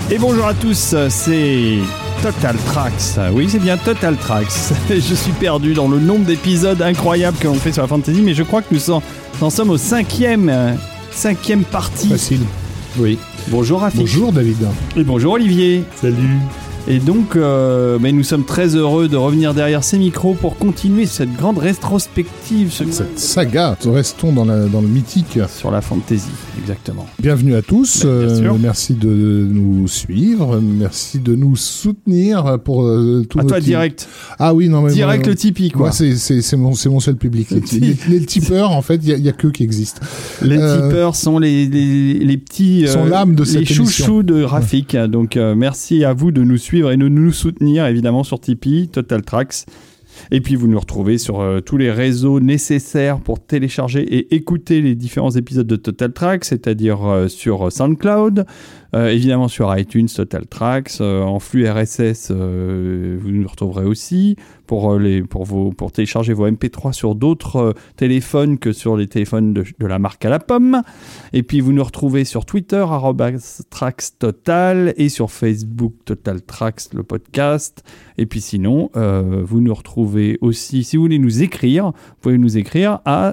Et bonjour à tous, c'est Total Tracks. Oui, c'est bien Total Tracks. Je suis perdu dans le nombre d'épisodes incroyables que l'on fait sur la fantasy, mais je crois que nous en sommes au cinquième partie. Facile. Oui. Bonjour Rafik. Bonjour David. Et bonjour Olivier. Salut. Et donc, mais nous sommes très heureux de revenir derrière ces micros pour continuer cette grande rétrospective. Cette saga, restons dans le mythique. Sur la fantasy, exactement. Bienvenue à tous, merci de nous suivre, merci de nous soutenir pour tout à toi direct. Ah oui, non mais direct le Tipeee quoi. Moi c'est mon seul public. Les tipeurs en fait, il y a qu'eux qui existent. Les tipeurs sont les petits sont l'âme de cette émission. Les chouchous de Rafik. Donc merci à vous de nous suivre et de nous soutenir évidemment sur Tipeee, Total Tracks. Et puis vous nous retrouvez sur tous les réseaux nécessaires pour télécharger et écouter les différents épisodes de Total Tracks, c'est-à-dire sur SoundCloud, évidemment sur iTunes, Total Tracks, en flux RSS, vous nous retrouverez aussi pour télécharger vos MP3 sur d'autres téléphones que sur les téléphones de la marque à la pomme. Et puis vous nous retrouvez sur Twitter @TracksTotal et sur Facebook Total Tracks le podcast. Et puis sinon, vous nous retrouvez aussi, si vous voulez nous écrire, vous pouvez nous écrire à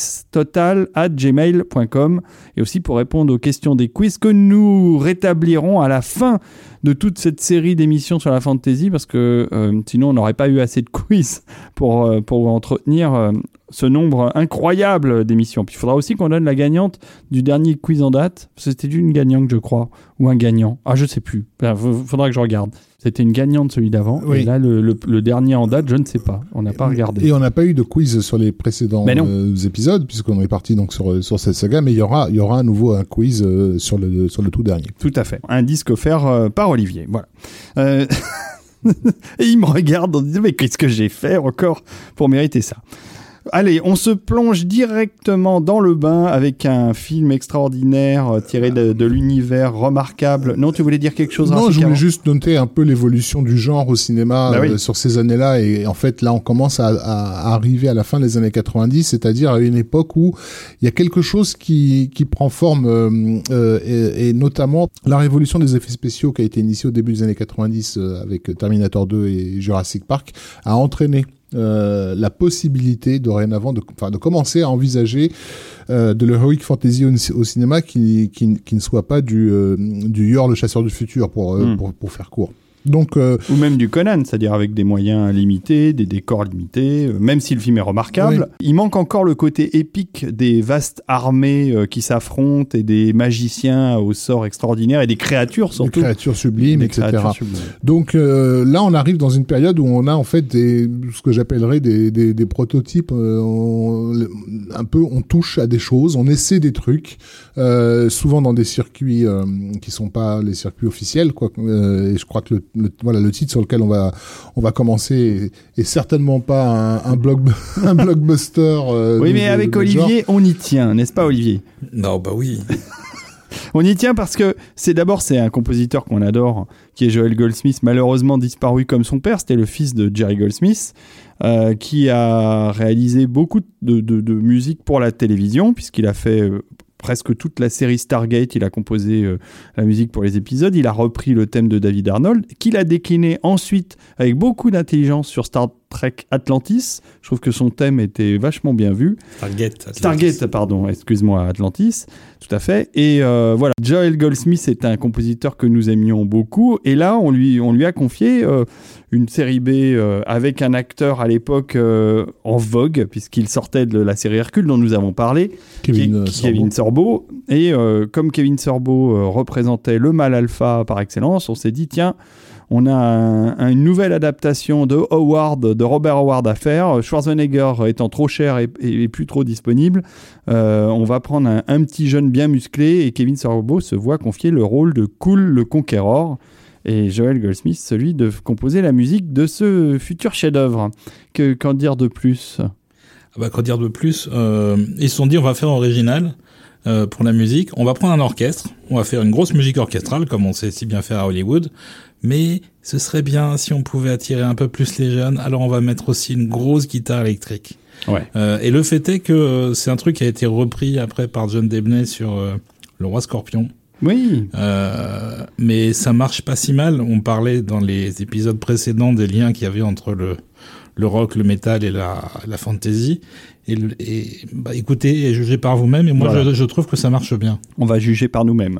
trackstotal@gmail.com et aussi pour répondre aux questions des quiz que nous rétablirons à la fin de toute cette série d'émissions sur la fantasy parce que sinon on n'aurait pas eu assez de quiz pour entretenir ce nombre incroyable d'émissions. Puis il faudra aussi qu'on donne la gagnante du dernier quiz en date. C'était une gagnante, je crois, ou un gagnant. Ah, je sais plus. Il faudra que je regarde. C'était une gagnante celui d'avant. Oui. Et là, le dernier en date, je ne sais pas. On n'a pas regardé. Et on n'a pas eu de quiz sur les précédents épisodes, puisqu'on est parti donc sur cette saga. Mais il y aura à nouveau un quiz sur le tout dernier. Tout à fait. Un disque offert par Olivier. Voilà. Et il me regarde en disant mais qu'est-ce que j'ai fait encore pour mériter ça? Allez, on se plonge directement dans le bain avec un film extraordinaire tiré de l'univers remarquable. Non, tu voulais dire quelque chose? Non, je voulais juste noter un peu l'évolution du genre au cinéma sur ces années-là. Et en fait, là, on commence à arriver à la fin des années 90, c'est-à-dire à une époque où il y a quelque chose qui prend forme, et notamment la révolution des effets spéciaux qui a été initiée au début des années 90 avec Terminator 2 et Jurassic Park a entraîné la possibilité dorénavant de commencer à envisager de l'heroic fantasy au cinéma qui ne soit pas du Yor le chasseur du futur pour faire court. Donc, ou même du Conan, c'est-à-dire avec des moyens limités, des décors limités, même si le film est remarquable. Oui. Il manque encore le côté épique des vastes armées qui s'affrontent et des magiciens au sort extraordinaire et des créatures surtout. Des créatures sublimes, etc. Donc là, on arrive dans une période où on a en fait ce que j'appellerais des prototypes. Un peu, on touche à des choses, on essaie des trucs, souvent dans des circuits qui sont pas les circuits officiels, quoi. Et je crois que le titre sur lequel on va commencer est certainement pas un blockbuster. Oui, mais avec Olivier, genre. On y tient, n'est-ce pas, Olivier? Non, bah oui. On y tient parce que c'est un compositeur qu'on adore, qui est Joel Goldsmith, malheureusement disparu comme son père. C'était le fils de Jerry Goldsmith, qui a réalisé beaucoup de musique pour la télévision, puisqu'il a fait presque toute la série Stargate. Il a composé la musique pour les épisodes. Il a repris le thème de David Arnold, qu'il a décliné ensuite avec beaucoup d'intelligence sur Star Trek Atlantis. Je trouve que son thème était vachement bien vu. Stargate, pardon, excuse-moi, Atlantis, tout à fait. Et voilà, Joel Goldsmith est un compositeur que nous aimions beaucoup. Et là, on lui a confié une série B avec un acteur à l'époque en vogue, puisqu'il sortait de la série Hercule dont nous avon parlé, Kevin Sorbo. Et comme Kevin Sorbo représentait le mal alpha par excellence, on s'est dit, tiens, on a une nouvelle adaptation de Robert Howard à faire. Schwarzenegger étant trop cher et plus trop disponible, on va prendre un petit jeune bien musclé et Kevin Sorbo se voit confier le rôle de Cool le Conquérant. Et Joel Goldsmith, celui de composer la musique de ce futur chef-d'œuvre. Qu'en dire de plus ? Qu'en dire de plus, ils se sont dit on va faire original pour la musique. On va prendre un orchestre, on va faire une grosse musique orchestrale comme on sait si bien faire à Hollywood. Mais ce serait bien si on pouvait attirer un peu plus les jeunes. Alors on va mettre aussi une grosse guitare électrique. Ouais. Et le fait est que c'est un truc qui a été repris après par John Debney sur Le Roi Scorpion. Oui. Mais ça marche pas si mal. On parlait dans les épisodes précédents des liens qu'il y avait entre le rock, le métal et la fantasy. Écoutez et jugez par vous-même. Et moi, voilà. je trouve que ça marche bien. On va juger par nous-mêmes.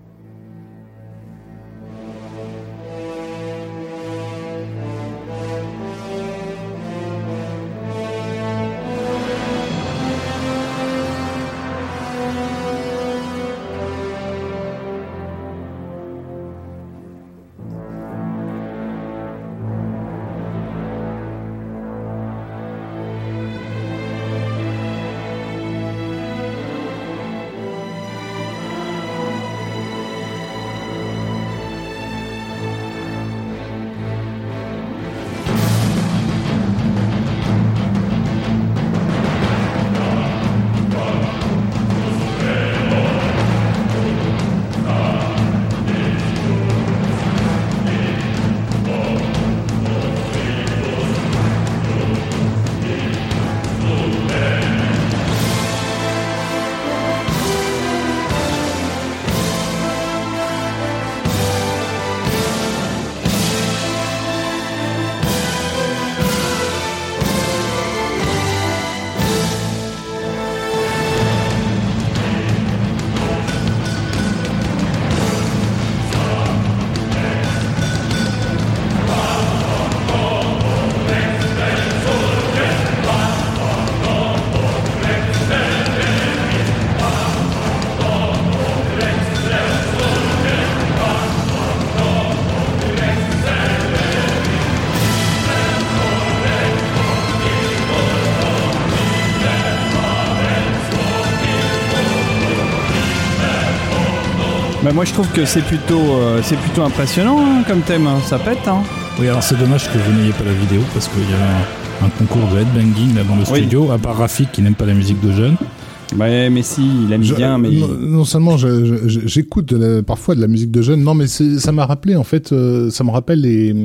Moi je trouve que c'est plutôt impressionnant hein, comme thème, hein. Ça pète. Hein. Oui, alors c'est dommage que vous n'ayez pas la vidéo parce qu'il y avait un concours de headbanging là dans le studio, à part Rafik qui n'aime pas la musique de jeunes. Ouais, mais si, il aime bien. Mais non seulement j'écoute parfois de la musique de jeunes, non, mais ça m'a rappelé en fait, ça me rappelle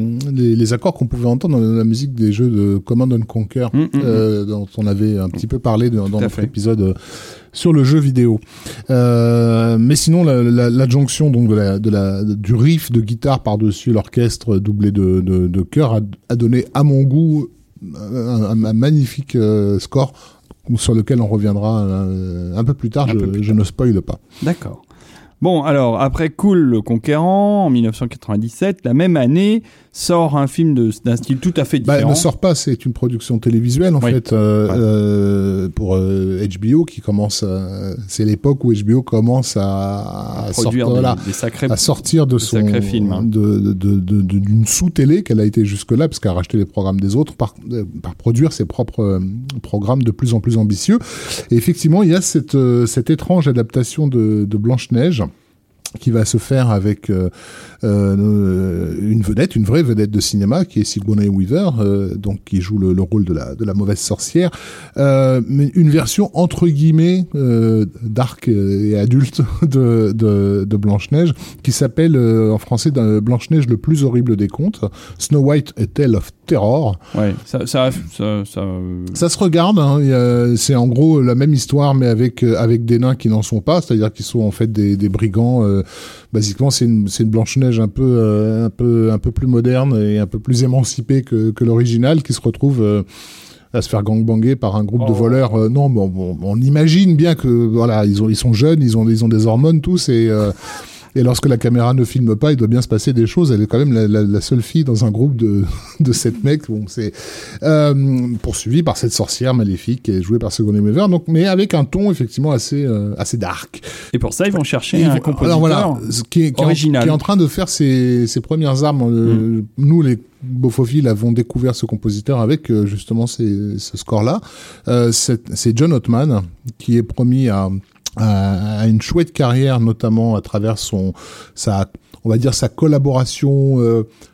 les accords qu'on pouvait entendre dans la musique des jeux de Command & Conquer, dont on avait un petit peu parlé dans notre épisode sur le jeu vidéo. Mais sinon, l'adjonction donc du riff de guitare par-dessus l'orchestre doublé de chœur a donné à mon goût un magnifique score sur lequel on reviendra un peu plus tard, je ne spoile pas. D'accord. Bon, alors, après Cool, le Conquérant, en 1997, la même année, sort un film d'un style tout à fait différent. Ne sort pas, c'est une production télévisuelle, en fait, pour HBO, qui commence... c'est l'époque où HBO commence à produire à sortir de son... sacrés films. Hein. D'une sous-télé qu'elle a été jusque-là, parce qu'elle a racheté les programmes des autres, par produire ses propres programmes de plus en plus ambitieux. Et effectivement, il y a cette étrange adaptation de Blanche-Neige, qui va se faire avec une vraie vedette de cinéma qui est Sigourney Weaver, donc qui joue le rôle de la mauvaise sorcière, mais une version entre guillemets dark et adulte de Blanche-Neige, qui s'appelle en français Blanche-Neige le plus horrible des contes, Snow White a Tale of Terror. Ouais, ça se regarde, hein, c'est en gros la même histoire mais avec des nains qui n'en sont pas, c'est-à-dire qu'ils sont en fait des brigands. Basiquement, c'est une Blanche-Neige un peu plus moderne et un peu plus émancipée que l'original, qui se retrouve à se faire gangbanger par un groupe de voleurs. Non, bon, on imagine bien que voilà, ils sont jeunes, ils ont des hormones tous et lorsque la caméra ne filme pas, il doit bien se passer des choses. Elle est quand même la seule fille dans un groupe de 7 mecs. Bon, c'est poursuivie par cette sorcière maléfique qui est jouée par Sigourney Weaver. Donc, mais avec un ton effectivement assez dark. Et pour ça, ils vont chercher un compositeur original qui est en train de faire ses premières armes. Nous, les Bofophiles, avons découvert ce compositeur avec justement ce score-là. C'est John Ottman qui est promis à une chouette carrière, notamment à travers sa collaboration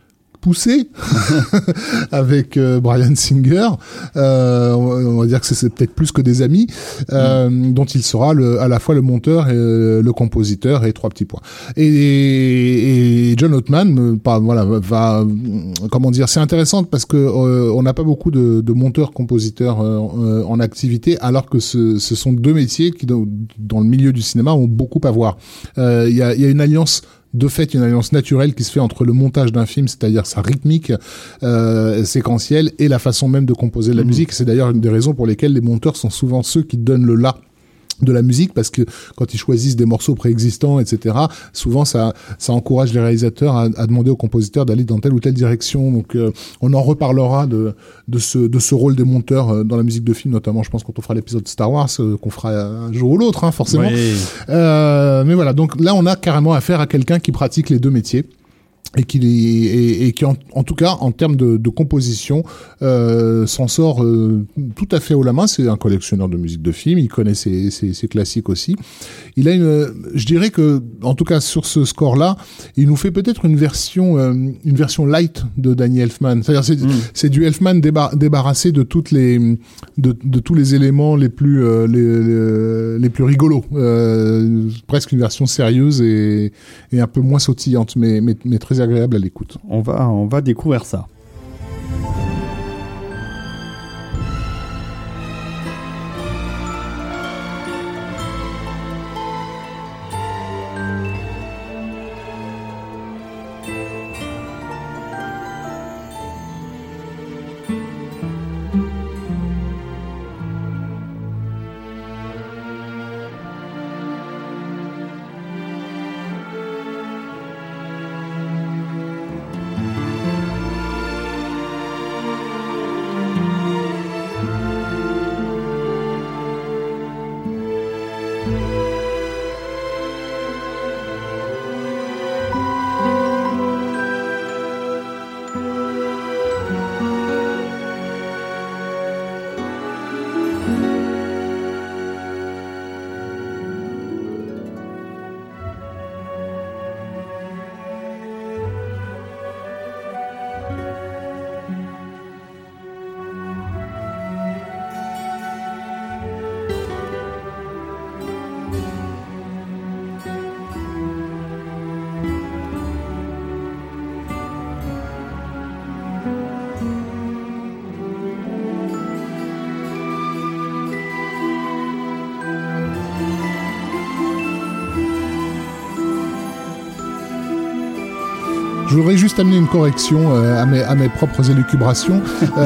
poussé avec Bryan Singer. On va dire que c'est peut-être plus que des amis, dont il sera à la fois le monteur, et le compositeur et 3 petits points. Et John Ottman, va comment dire, c'est intéressant parce que on n'a pas beaucoup de monteurs-compositeurs en activité, alors que ce sont 2 métiers qui dans le milieu du cinéma ont beaucoup à voir. Il y a une alliance. De fait, une alliance naturelle qui se fait entre le montage d'un film, c'est-à-dire sa rythmique séquentielle, et la façon même de composer de la musique. C'est d'ailleurs une des raisons pour lesquelles les monteurs sont souvent ceux qui donnent le là de la musique, parce que quand ils choisissent des morceaux préexistants, etc., souvent ça encourage les réalisateurs à demander aux compositeurs d'aller dans telle ou telle direction. Donc on en reparlera de ce rôle des monteurs dans la musique de film, notamment je pense quand on fera l'épisode Star Wars, qu'on fera un jour ou l'autre, forcément. Oui. Mais voilà, donc là on a carrément affaire à quelqu'un qui pratique les 2 métiers. Et qui en tout cas en termes de composition s'en sort tout à fait haut la main. C'est un collectionneur de musique de film, il connaît ses classiques aussi. Il a je dirais que en tout cas sur ce score là, il nous fait peut-être une version light de Danny Elfman. C'est-à-dire c'est du Elfman débarrassé de tous les éléments les plus rigolos, presque une version sérieuse et un peu moins sautillante, mais très agréable à l'écoute. On va découvrir ça. Je voudrais juste amener une correction à mes propres élucubrations.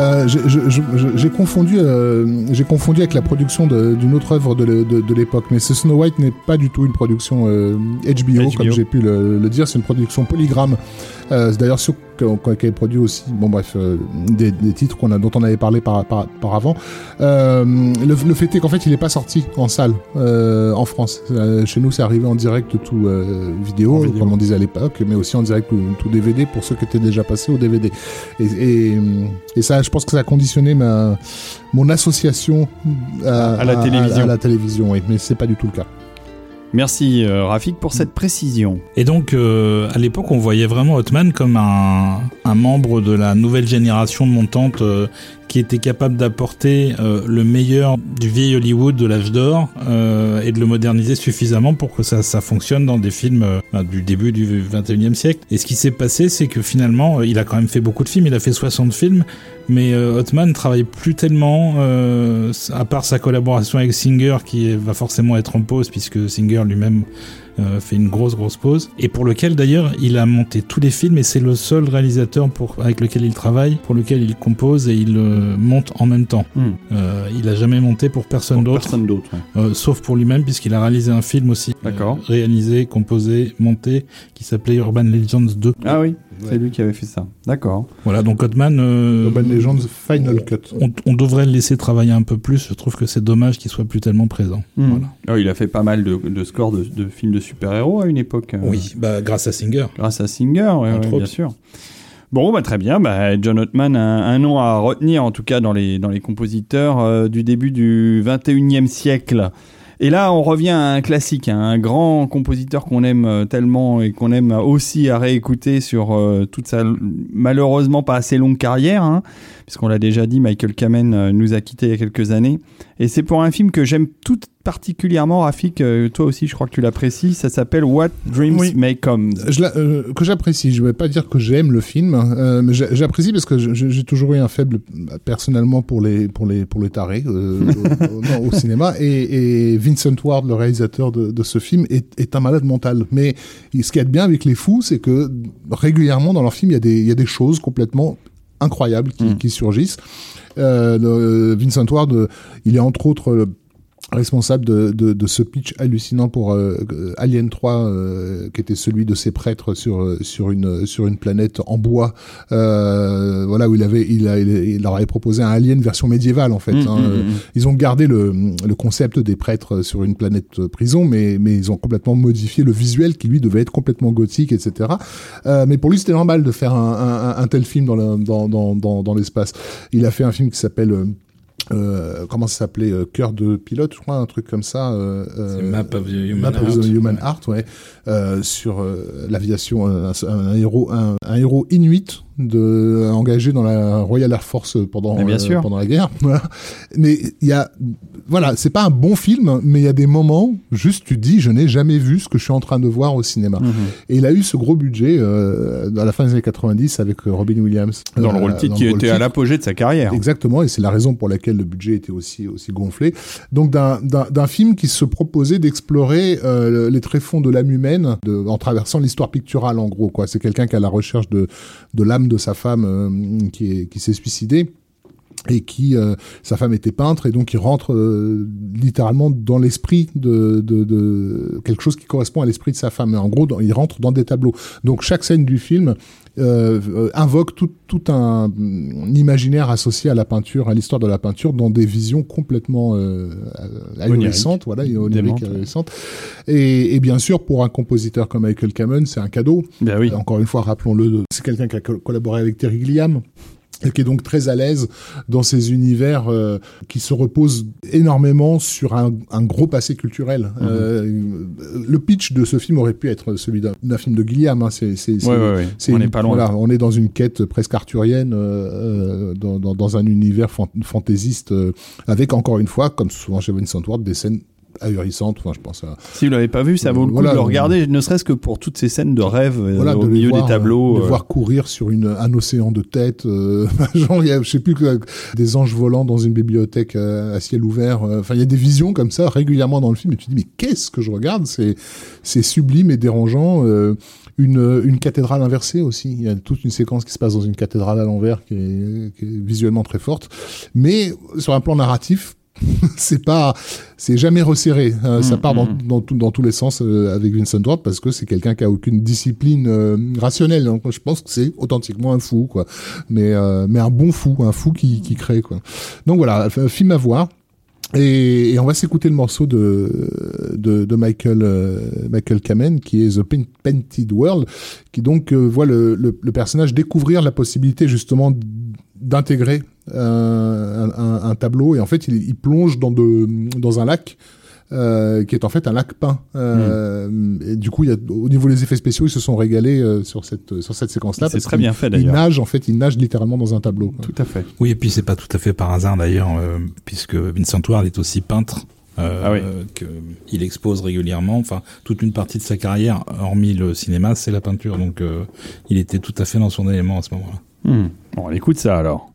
J'ai confondu avec la production d'une autre œuvre de l'époque, mais ce Snow White n'est pas du tout une production HBO, comme j'ai pu le dire. C'est une production Polygram. C'est d'ailleurs ceux qui avaient produit aussi, des titres dont on avait parlé par avant. Le fait est qu'en fait, il n'est pas sorti en salle en France. Chez nous, c'est arrivé en direct tout vidéo, comme on disait à l'époque, mais aussi en direct tout DVD pour ceux qui étaient déjà passés au DVD. Et ça, je pense que ça a conditionné mon association à la télévision. À la télévision, oui, mais c'est pas du tout le cas. Merci Rafik pour cette précision. Et donc à l'époque on voyait vraiment Ottman comme un membre de la nouvelle génération montante qui était capable d'apporter le meilleur du vieil Hollywood de l'âge d'or et de le moderniser suffisamment pour que ça fonctionne dans des films du début du 21e siècle. Et ce qui s'est passé, c'est que finalement il a quand même fait beaucoup de films, il a fait 60 films, mais Ottman ne travaille plus tellement, à part sa collaboration avec Singer qui va forcément être en pause puisque Singer lui-même fait une grosse pause, et pour lequel d'ailleurs il a monté tous les films, et c'est le seul réalisateur avec lequel il travaille, pour lequel il compose et il monte en même temps. Il a jamais monté pour personne d'autre, ouais. Sauf pour lui-même, puisqu'il a réalisé un film aussi, réalisé, composé, monté, qui s'appelait Urban Legends 2. Ah oui, c'est lui qui avait fait ça. D'accord. Voilà, donc Ottman, Urban Legends Final Cut. On devrait le laisser travailler un peu plus. Je trouve que c'est dommage qu'il soit plus tellement présent. Voilà. Oh, il a fait pas mal de scores de films de super-héros à une époque. Oui, grâce à Singer. Grâce à Singer, ouais, bien sûr. Bon, très bien. John Ottman, un nom à retenir, en tout cas dans les compositeurs du début du 21e siècle. Et là, on revient à un classique, hein, un grand compositeur qu'on aime tellement et qu'on aime aussi à réécouter sur toute sa malheureusement pas assez longue carrière, hein, puisqu'on l'a déjà dit, Michael Kamen nous a quittés il y a quelques années. Et c'est pour un film que j'aime tout particulièrement, Rafik, toi aussi je crois que tu l'apprécies, ça s'appelle What Dreams May Come. Que j'apprécie, je ne vais pas dire que j'aime le film, mais j'apprécie parce que j'ai toujours eu un faible personnellement pour les tarés au cinéma, et Vincent Ward, le réalisateur de ce film, est un malade mental. Mais ce qu'il y a de bien avec Les Fous, c'est que régulièrement dans leur film, il y a des choses complètement incroyables qui surgissent. Vincent Ward, il est entre autres responsable de ce pitch hallucinant pour Alien 3, qui était celui de ces prêtres sur une planète en bois, voilà, où il leur avait proposé un Alien version médiévale en fait. Ils ont gardé le concept des prêtres sur une planète prison, mais ils ont complètement modifié le visuel qui lui devait être complètement gothique, etc. Mais pour lui c'était normal de faire un tel film dans l'espace. Il a fait un film qui s'appelle comment ça s'appelait, Cœur de pilote, je crois, un truc comme ça. C'est Map of the Human Heart, ouais. Sur l'aviation, un héros inuit engagé dans la Royal Air Force pendant la guerre. Voilà. Mais c'est pas un bon film, mais il y a des moments, juste tu te dis, je n'ai jamais vu ce que je suis en train de voir au cinéma. Et il a eu ce gros budget à la fin des années 90 avec Robin Williams. Dans le rôle titre qui était à l'apogée de sa carrière. Exactement, et c'est la raison pour laquelle le budget était aussi gonflé. Donc d'un film qui se proposait d'explorer les tréfonds de l'âme humaine en traversant l'histoire picturale, en gros, quoi. C'est quelqu'un qui est à la recherche de l'âme de sa femme qui s'est suicidée, et sa femme était peintre, et donc il rentre littéralement dans l'esprit de quelque chose qui correspond à l'esprit de sa femme. Et en gros, il rentre dans des tableaux. Donc chaque scène du film invoque tout un imaginaire associé à la peinture, à l'histoire de la peinture, dans des visions complètement ahurissantes, voilà, oniriques, ahurissantes. Et bien sûr, pour un compositeur comme Michael Kamen, c'est un cadeau. Ben oui. Encore une fois, rappelons-le, c'est quelqu'un qui a collaboré avec Terry Gilliam, et qui est donc très à l'aise dans ces univers qui se reposent énormément sur un gros passé culturel. Le pitch de ce film aurait pu être celui d'un film de Gilliam. Hein. On n'est pas loin. Voilà, on est dans une quête presque arthurienne, dans un univers fantaisiste, avec encore une fois, comme souvent chez Vincent Ward, des scènes ahurissante. Enfin, je pense à... Si vous l'avez pas vu, ça vaut le coup de le regarder, ne serait-ce que pour toutes ces scènes de rêve au milieu des tableaux. De voir courir sur un océan de têtes. Genre, il y a, je sais plus, des anges volants dans une bibliothèque à ciel ouvert. Enfin, il y a des visions comme ça régulièrement dans le film, et tu te dis, mais qu'est-ce que je regarde? C'est sublime et dérangeant. Une cathédrale inversée aussi. Il y a toute une séquence qui se passe dans une cathédrale à l'envers qui est visuellement très forte. Mais sur un plan narratif, c'est jamais resserré. Ça part dans tous les sens avec Vincent Ward, parce que c'est quelqu'un qui a aucune discipline rationnelle. Donc, je pense que c'est authentiquement un fou, quoi. Mais un bon fou, un fou qui crée, quoi. Donc voilà, film à voir. Et on va s'écouter le morceau de Michael Kamen, qui est The Painted World, qui donc voit le personnage découvrir la possibilité justement d'intégrer un tableau, et en fait il plonge dans un lac qui est en fait un lac peint. Et du coup, au niveau des effets spéciaux, ils se sont régalés sur cette séquence-là. C'est très bien fait d'ailleurs. Il nage littéralement dans un tableau. Tout à fait. Oui, et puis c'est pas tout à fait par hasard d'ailleurs, puisque Vincent Ward est aussi peintre. Il expose régulièrement, enfin toute une partie de sa carrière, hormis le cinéma, c'est la peinture, donc il était tout à fait dans son élément à ce moment-là. Bon, on écoute ça alors.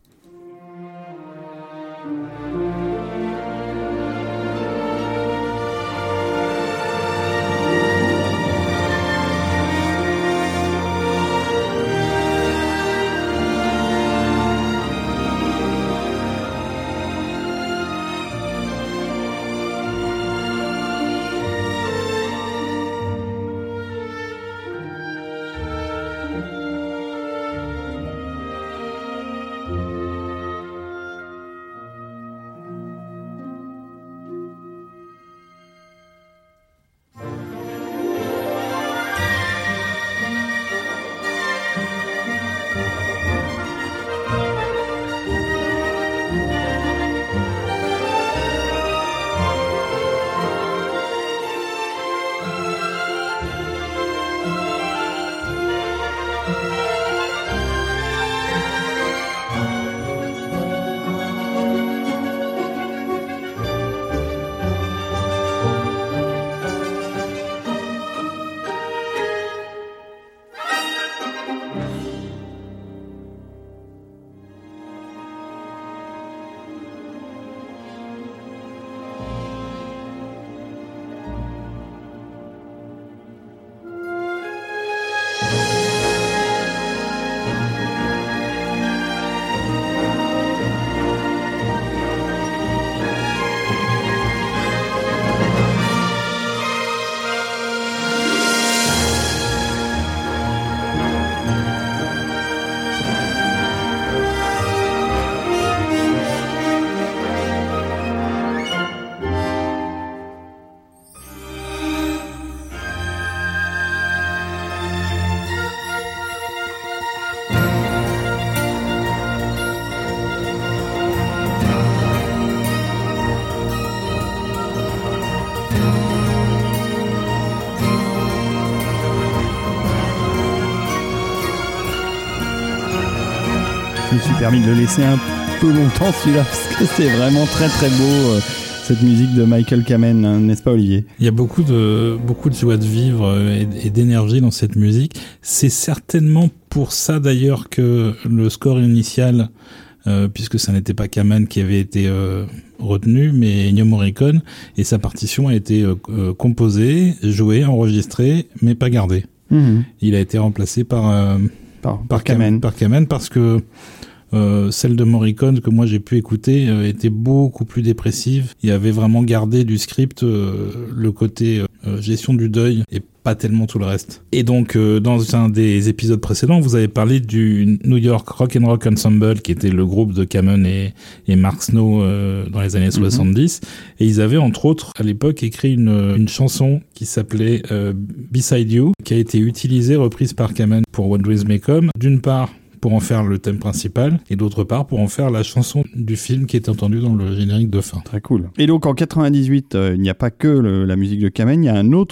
suis permis de le laisser un peu longtemps celui-là parce que c'est vraiment très très beau. Cette musique de Michael Kamen, hein, n'est-ce pas Olivier ? Il y a beaucoup de joie de vivre et d'énergie dans cette musique. C'est certainement pour ça d'ailleurs que le score initial, puisque ça n'était pas Kamen qui avait été retenu, mais Ennio Morricone, et sa partition a été composée, jouée, enregistrée, mais pas gardée. Il a été remplacé par Kamen. Par Kamen parce que celle de Morricone que moi j'ai pu écouter était beaucoup plus dépressive. Il avait vraiment gardé du script le côté gestion du deuil et pas tellement tout le reste. Et donc dans un des épisodes précédents, vous avez parlé du New York Rock and Rock Ensemble qui était le groupe de Kamen et Mark Snow dans les années 70 et ils avaient entre autres à l'époque écrit une chanson qui s'appelait Beside You qui a été utilisée, reprise par Kamen pour What Dreams May Come, d'une part pour en faire le thème principal, et d'autre part pour en faire la chanson du film qui est entendue dans le générique de fin. Très cool. Et donc en 98, il n'y a pas que la musique de Kamen, il y a une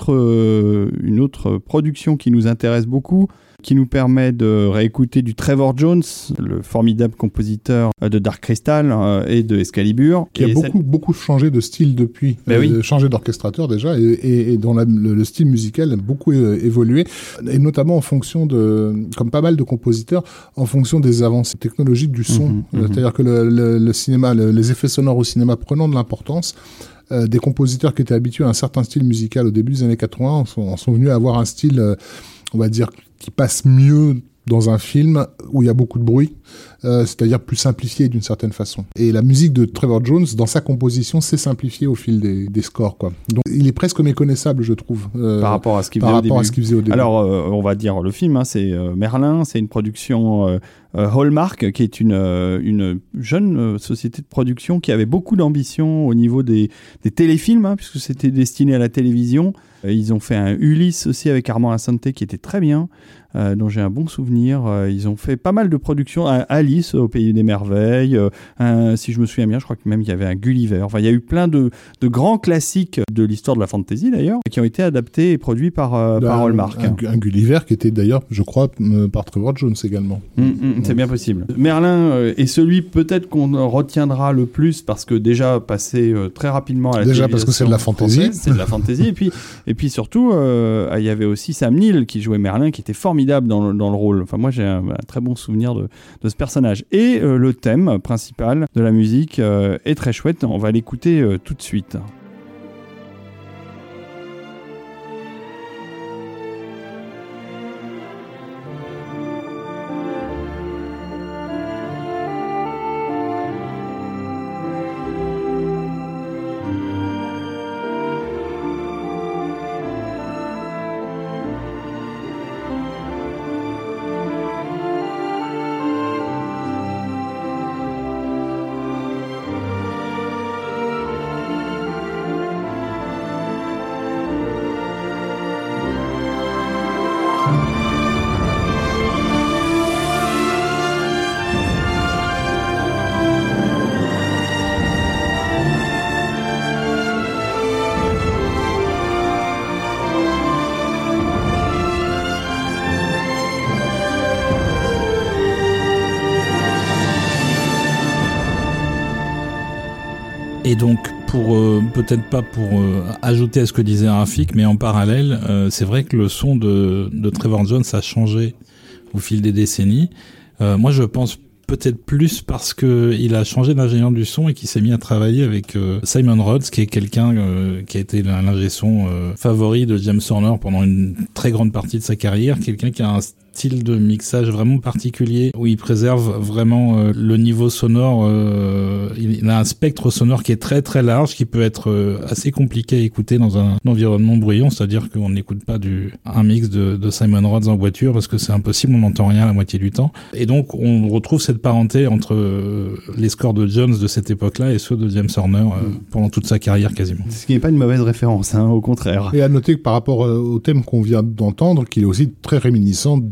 autre production qui nous intéresse beaucoup, qui nous permet de réécouter du Trevor Jones, le formidable compositeur de Dark Crystal et de Excalibur. Qui a beaucoup changé de style depuis, changé d'orchestrateur déjà, et dont le style musical a beaucoup évolué, et notamment en fonction comme pas mal de compositeurs, en fonction des avancées technologiques du son. C'est-à-dire que le cinéma, les effets sonores au cinéma prenant de l'importance, des compositeurs qui étaient habitués à un certain style musical au début des années 80 sont venus à avoir un style, on va dire, qui passe mieux dans un film où il y a beaucoup de bruit, c'est-à-dire plus simplifié d'une certaine façon. Et la musique de Trevor Jones, dans sa composition, s'est simplifiée au fil des scores, quoi. Donc, il est presque méconnaissable, je trouve, par rapport à ce qu'il faisait au début. Alors, on va dire le film, hein, c'est Merlin, c'est une production Hallmark, qui est une jeune société de production qui avait beaucoup d'ambition au niveau des téléfilms, hein, puisque c'était destiné à la télévision. Ils ont fait un Ulysse aussi avec Armand Assante qui était très bien, dont j'ai un bon souvenir. Ils ont fait pas mal de productions. Alice au Pays des Merveilles, si je me souviens bien, je crois que même il y avait un Gulliver. Enfin, il y a eu plein de grands classiques de l'histoire de la fantasy d'ailleurs, qui ont été adaptés et produits par Hallmark. Un Gulliver qui était d'ailleurs, je crois, par Trevor Jones également. C'est bien possible. Merlin est celui peut-être qu'on retiendra le plus parce que déjà passé très rapidement à la télévision. Déjà parce que c'est de la fantasy. C'est de la fantasy. Et puis surtout, il y avait aussi Sam Neill qui jouait Merlin, qui était formidable dans le rôle. Enfin, moi, j'ai un très bon souvenir de ce personnage. Et le thème principal de la musique est très chouette. On va l'écouter tout de suite. Et donc, peut-être pas pour ajouter à ce que disait Rafik, mais en parallèle, c'est vrai que le son de Trevor Jones a changé au fil des décennies. Moi, je pense peut-être plus parce que il a changé d'ingénieur du son et qu'il s'est mis à travailler avec Simon Rhodes, qui est quelqu'un qui a été l'ingé son favori de James Horner pendant une très grande partie de sa carrière, quelqu'un qui a un style de mixage vraiment particulier où il préserve vraiment le niveau sonore. Il a un spectre sonore qui est très très large, qui peut être assez compliqué à écouter dans un environnement bruyant, c'est-à-dire qu'on n'écoute pas un mix de Simon Rhodes en voiture parce que c'est impossible, on n'entend rien la moitié du temps. Et donc on retrouve cette parenté entre les scores de Jones de cette époque-là et ceux de James Horner pendant toute sa carrière quasiment. Ce qui n'est pas une mauvaise référence, hein, au contraire. Et à noter que par rapport au thème qu'on vient d'entendre, qu'il est aussi très réminiscent de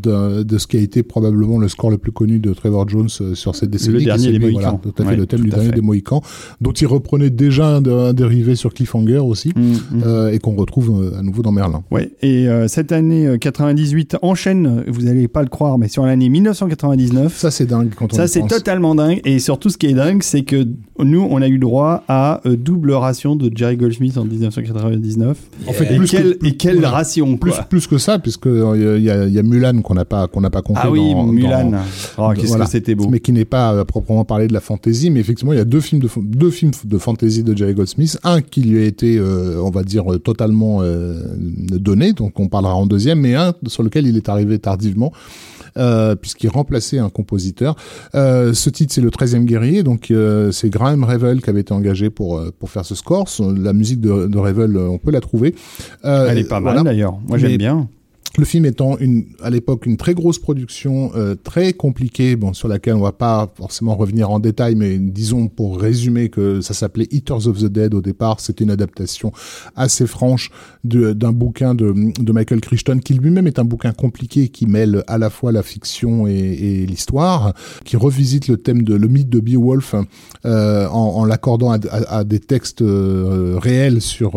de ce qui a été probablement le score le plus connu de Trevor Jones sur cette décennie. Le dernier des Mohicans. Voilà, tout à fait, le thème du dernier des Mohicans, dont il reprenait déjà un dérivé sur Cliffhanger aussi, et qu'on retrouve à nouveau dans Merlin. Ouais. Et cette année 98 enchaîne, vous allez pas le croire, mais sur l'année 1999. Ça c'est dingue quand on Ça c'est totalement dingue. Et surtout ce qui est dingue, c'est que nous on a eu droit à double ration de Jerry Goldsmith en 1999. En fait, quelle ration quoi. Plus que ça, puisque il y a Mulan qu'on n'a pas compté. Ah oui, Mulan. Qu'est-ce que c'était beau. Mais qui n'est pas proprement parlé de la fantasy, mais effectivement il y a deux films de fantasy de Jerry Goldsmith, un qui lui a été on va dire totalement donné, donc on parlera en deuxième, mais un sur lequel il est arrivé tardivement. Puisqu'il remplaçait un compositeur. Ce titre, c'est le 13e guerrier, donc c'est Graham Revell qui avait été engagé pour faire ce score. La musique de Revell, on peut la trouver. Elle est pas mal d'ailleurs. Moi, j'aime bien. Le film étant à l'époque une très grosse production, très compliquée, sur laquelle on va pas forcément revenir en détail, mais disons pour résumer que ça s'appelait Eaters of the Dead au départ. C'était une adaptation assez franche d'un bouquin de Michael Crichton, qui lui-même est un bouquin compliqué qui mêle à la fois la fiction et l'histoire, qui revisite le mythe de Beowulf en l'accordant à des textes réels sur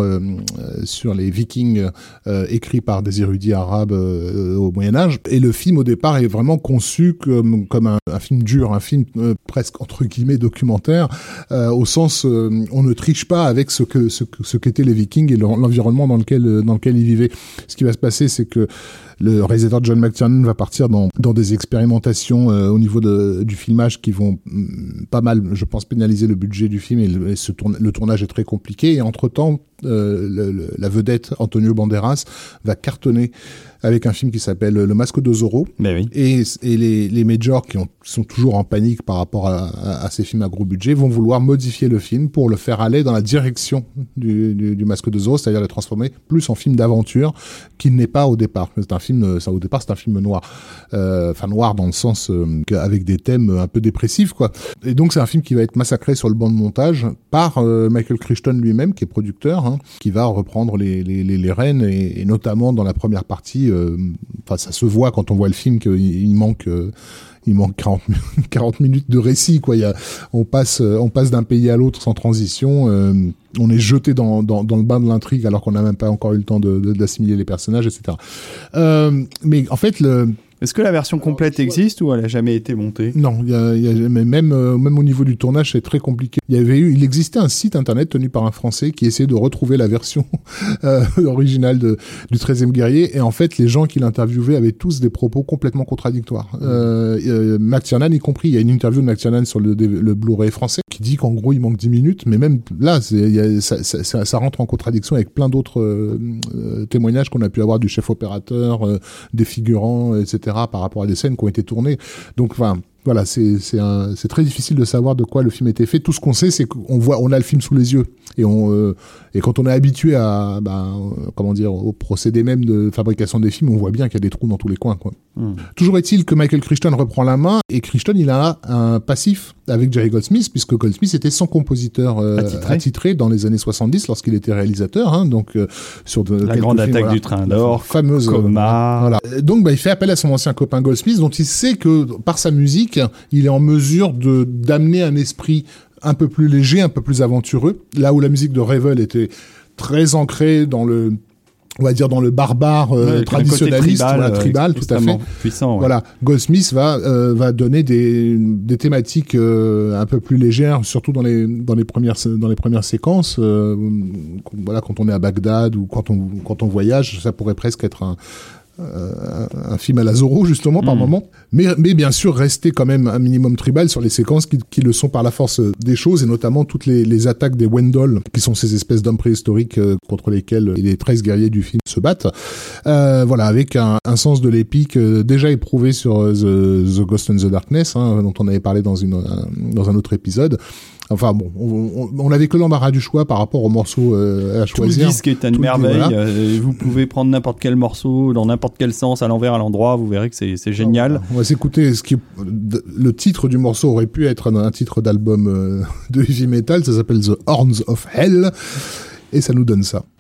les Vikings écrits par des érudits arabes au Moyen-Âge. Et le film, au départ, est vraiment conçu comme un film dur, un film presque, entre guillemets, documentaire, au sens, on ne triche pas avec ce qu'étaient les Vikings et l'environnement dans lequel ils vivaient. Ce qui va se passer, c'est que le réalisateur John McTiernan va partir dans des expérimentations au niveau du filmage qui vont pas mal, je pense, pénaliser le budget du film, et le tournage est très compliqué. Et entre-temps, la vedette Antonio Banderas va cartonner avec un film qui s'appelle Le Masque de Zorro. Ben oui. Et les majors qui sont toujours en panique par rapport à ces films à gros budget vont vouloir modifier le film pour le faire aller dans la direction du Masque de Zorro, c'est-à-dire le transformer plus en film d'aventure qu'il n'est pas au départ. Au départ, c'est un film noir. Enfin, noir dans le sens avec des thèmes un peu dépressifs, quoi. Et donc, c'est un film qui va être massacré sur le banc de montage par Michael Crichton lui-même, qui est producteur, qui va reprendre les rênes, et notamment dans la première partie, ça se voit quand on voit le film qu'il manque 40 minutes de récit, quoi. On passe d'un pays à l'autre sans transition. On est jeté dans le bain de l'intrigue alors qu'on n'a même pas encore eu le temps d'assimiler les personnages, etc. Mais en fait, est-ce que la version complète existe ou elle a jamais été montée? Non, même au niveau du tournage, c'est très compliqué. Il existait un site internet tenu par un Français qui essayait de retrouver la version originale du 13e guerrier, et en fait, les gens qui l'interviewaient avaient tous des propos complètement contradictoires. McTiernan y compris. Il y a une interview de McTiernan sur le Blu-ray français qui dit qu'en gros, il manque 10 minutes, mais même là, ça rentre en contradiction avec plein d'autres témoignages qu'on a pu avoir du chef opérateur, des figurants, etc., par rapport à des scènes qui ont été tournées. Donc, enfin, voilà, c'est très difficile de savoir de quoi le film était fait. Tout ce qu'on sait, c'est on a le film sous les yeux, et quand on est habitué au procédé même de fabrication des films, on voit bien qu'il y a des trous dans tous les coins, quoi. Toujours est-il que Michael Crichton reprend la main, et Crichton, il a un passif avec Jerry Goldsmith, puisque Goldsmith était son compositeur attitré dans les années 70 lorsqu'il était réalisateur, donc sur la grande attaque du train d'or, fameuse Coma. Voilà. Donc il fait appel à son ancien copain Goldsmith, dont il sait que par sa musique, il est en mesure d'amener un esprit un peu plus léger, un peu plus aventureux, là où la musique de Revell était très ancrée dans le barbare traditionnaliste, tribal, tout à fait puissant. Ouais. Voilà, Goldsmith va donner des thématiques un peu plus légères, surtout dans les premières séquences. Quand on est à Bagdad ou quand on voyage, ça pourrait presque être un film à la Zorro, justement, par moment. Mais bien sûr, rester quand même un minimum tribal sur les séquences qui le sont par la force des choses, et notamment toutes les attaques des Wendell, qui sont ces espèces d'hommes préhistoriques contre lesquels les 13 guerriers du film se battent. Avec un sens de l'épique déjà éprouvé sur The Ghost in the Darkness, dont on avait parlé dans un autre épisode. Enfin bon, on avait que l'embarras du choix par rapport aux morceaux à choisir. Tout le disque est une merveille. Voilà. Vous pouvez prendre n'importe quel morceau dans n'importe quel sens, à l'envers, à l'endroit. Vous verrez que c'est génial. On va s'écouter. Le titre du morceau aurait pu être un titre d'album de heavy metal. Ça s'appelle The Horns of Hell, et ça nous donne ça.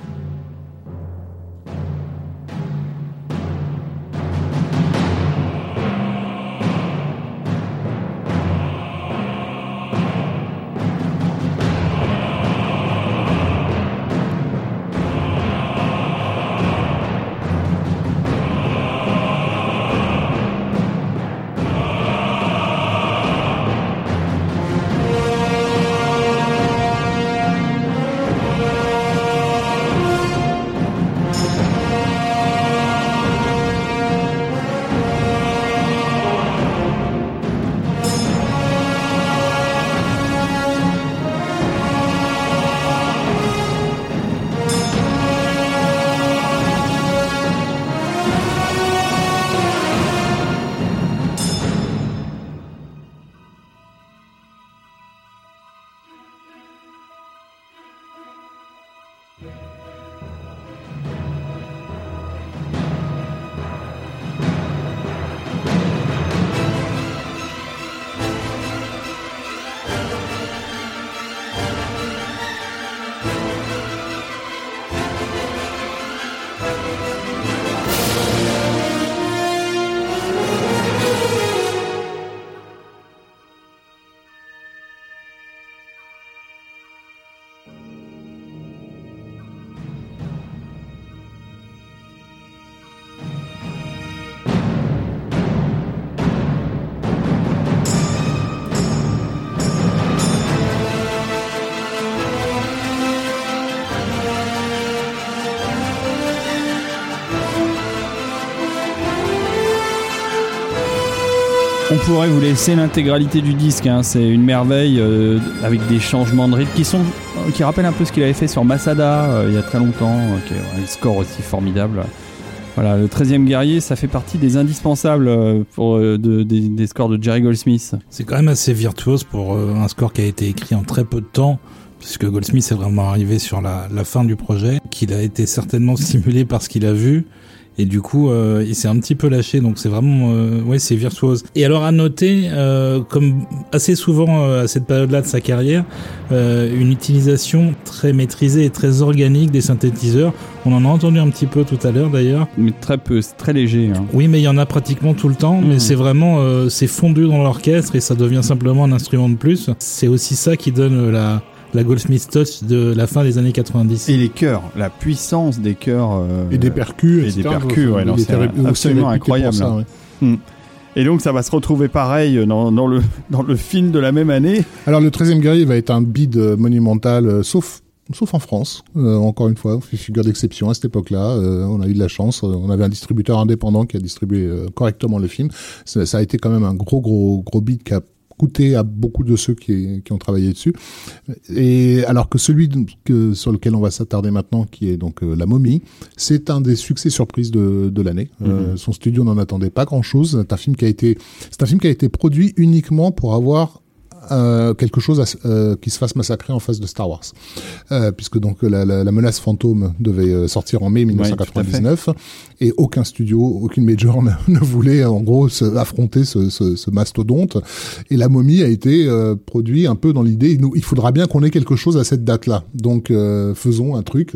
On pourrait vous laisser l'intégralité du disque, hein. C'est une merveille avec des changements de rythme qui rappellent un peu ce qu'il avait fait sur Masada il y a très longtemps, un score aussi formidable. Voilà, le 13e guerrier, ça fait partie des indispensables pour des scores de Jerry Goldsmith. C'est quand même assez virtuose pour un score qui a été écrit en très peu de temps, puisque Goldsmith est vraiment arrivé sur la fin du projet, qu'il a été certainement stimulé par ce qu'il a vu. Et du coup, il s'est un petit peu lâché, donc c'est vraiment, c'est virtuose. Et alors à noter, comme assez souvent à cette période-là de sa carrière, une utilisation très maîtrisée et très organique des synthétiseurs. On en a entendu un petit peu tout à l'heure d'ailleurs. Mais très peu, c'est très léger. Hein. Oui, mais il y en a pratiquement tout le temps. Mais c'est vraiment, c'est fondu dans l'orchestre et ça devient simplement un instrument de plus. C'est aussi ça qui donne la Goldsmith Touch de la fin des années 90. Et les chœurs, la puissance des chœurs. Et des percus, et des percus, c'est absolument incroyable. Ça, ouais. Et donc ça va se retrouver pareil dans le film de la même année. Alors le 13e guerrier va être un bid monumental, sauf en France. Encore une fois, on fait figure d'exception à cette époque-là. On a eu de la chance. On avait un distributeur indépendant qui a distribué correctement le film. Ça a été quand même un gros bid qui a coûté à beaucoup de ceux qui ont travaillé dessus. Et alors que celui sur lequel on va s'attarder maintenant, qui est donc La Momie, c'est un des succès surprises de l'année. Son studio n'en attendait pas grand-chose. C'est un film qui a été produit uniquement pour avoir quelque chose qui se fasse massacrer en face de Star Wars, puisque donc la menace fantôme devait sortir en mai 1999 et aucun studio, aucune major ne voulait en gros affronter ce mastodonte, et La Momie a été produit un peu dans l'idée il faudra bien qu'on ait quelque chose à cette date-là, donc faisons un truc.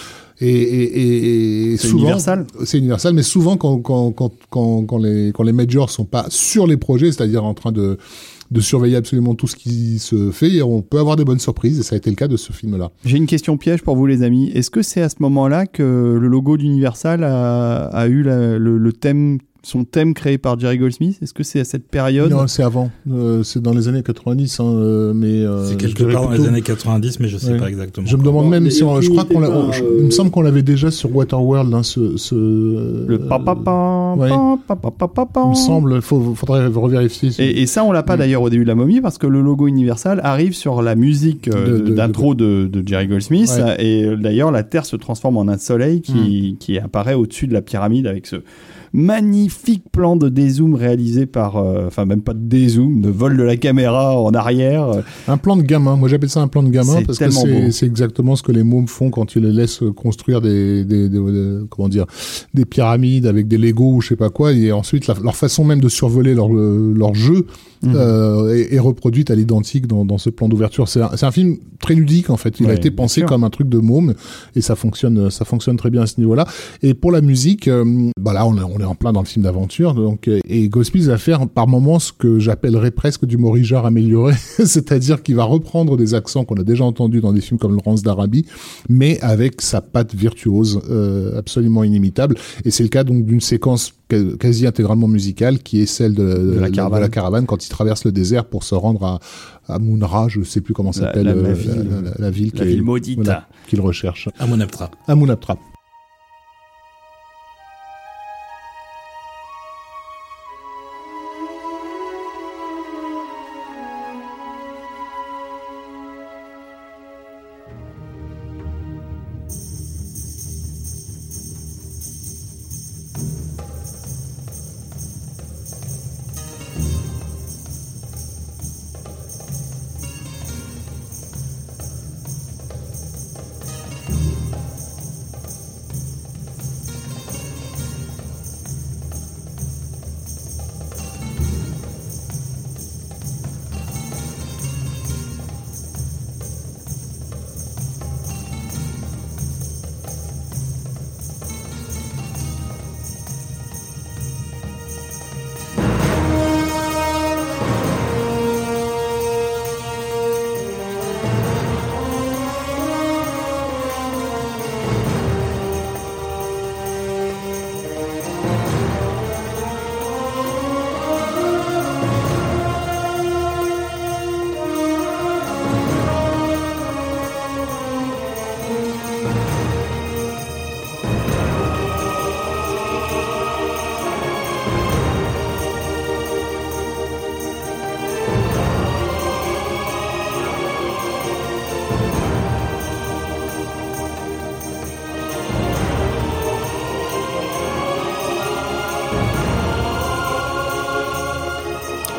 Et c'est souvent, Universal. C'est Universal, mais souvent quand les majors sont pas sur les projets, c'est-à-dire en train de surveiller absolument tout ce qui se fait, on peut avoir des bonnes surprises, et ça a été le cas de ce film-là. J'ai une question piège pour vous les amis. Est-ce que c'est à ce moment-là que le logo d'Universal a eu le thème, son thème créé par Jerry Goldsmith? Est-ce que c'est à cette période? Non, c'est avant. C'est dans les années 90, mais c'est quelque part dans les années 90, mais je sais pas exactement. Je me demande même si je crois il me semble qu'on l'avait déjà sur Waterworld, hein, le papa. Ouais. Il me semble, faudrait revérifier. Et ça, on l'a pas d'ailleurs au début de La Momie, parce que le logo Universal arrive sur la musique d'intro de Jerry Goldsmith, et d'ailleurs la Terre se transforme en un soleil qui apparaît au-dessus de la pyramide avec ce magnifique plan de dézoom réalisé par, même pas de dézoom, de vol de la caméra en arrière. Un plan de gamin. Moi, j'appelle ça un plan de gamin parce que c'est exactement ce que les mômes font quand tu les laisses construire des pyramides avec des Legos ou je sais pas quoi, et ensuite leur façon même de survoler leur jeu est reproduite à l'identique dans ce plan d'ouverture. C'est un film très ludique en fait. Il a été pensé comme un truc de môme, et ça fonctionne très bien à ce niveau-là. Et pour la musique, là on est en plein dans le film d'aventure, donc et Goldsmith va faire par moments ce que j'appellerais presque du Morillard amélioré, c'est-à-dire qu'il va reprendre des accents qu'on a déjà entendus dans des films comme Lawrence d'Arabie, mais avec sa patte virtuose absolument inimitable. Et c'est le cas donc d'une séquence quasi intégralement musicale qui est celle de la caravane quand il traverse le désert pour se rendre à Munra, je sais plus comment s'appelle la ville maudite, qu'il recherche. Amunaptra.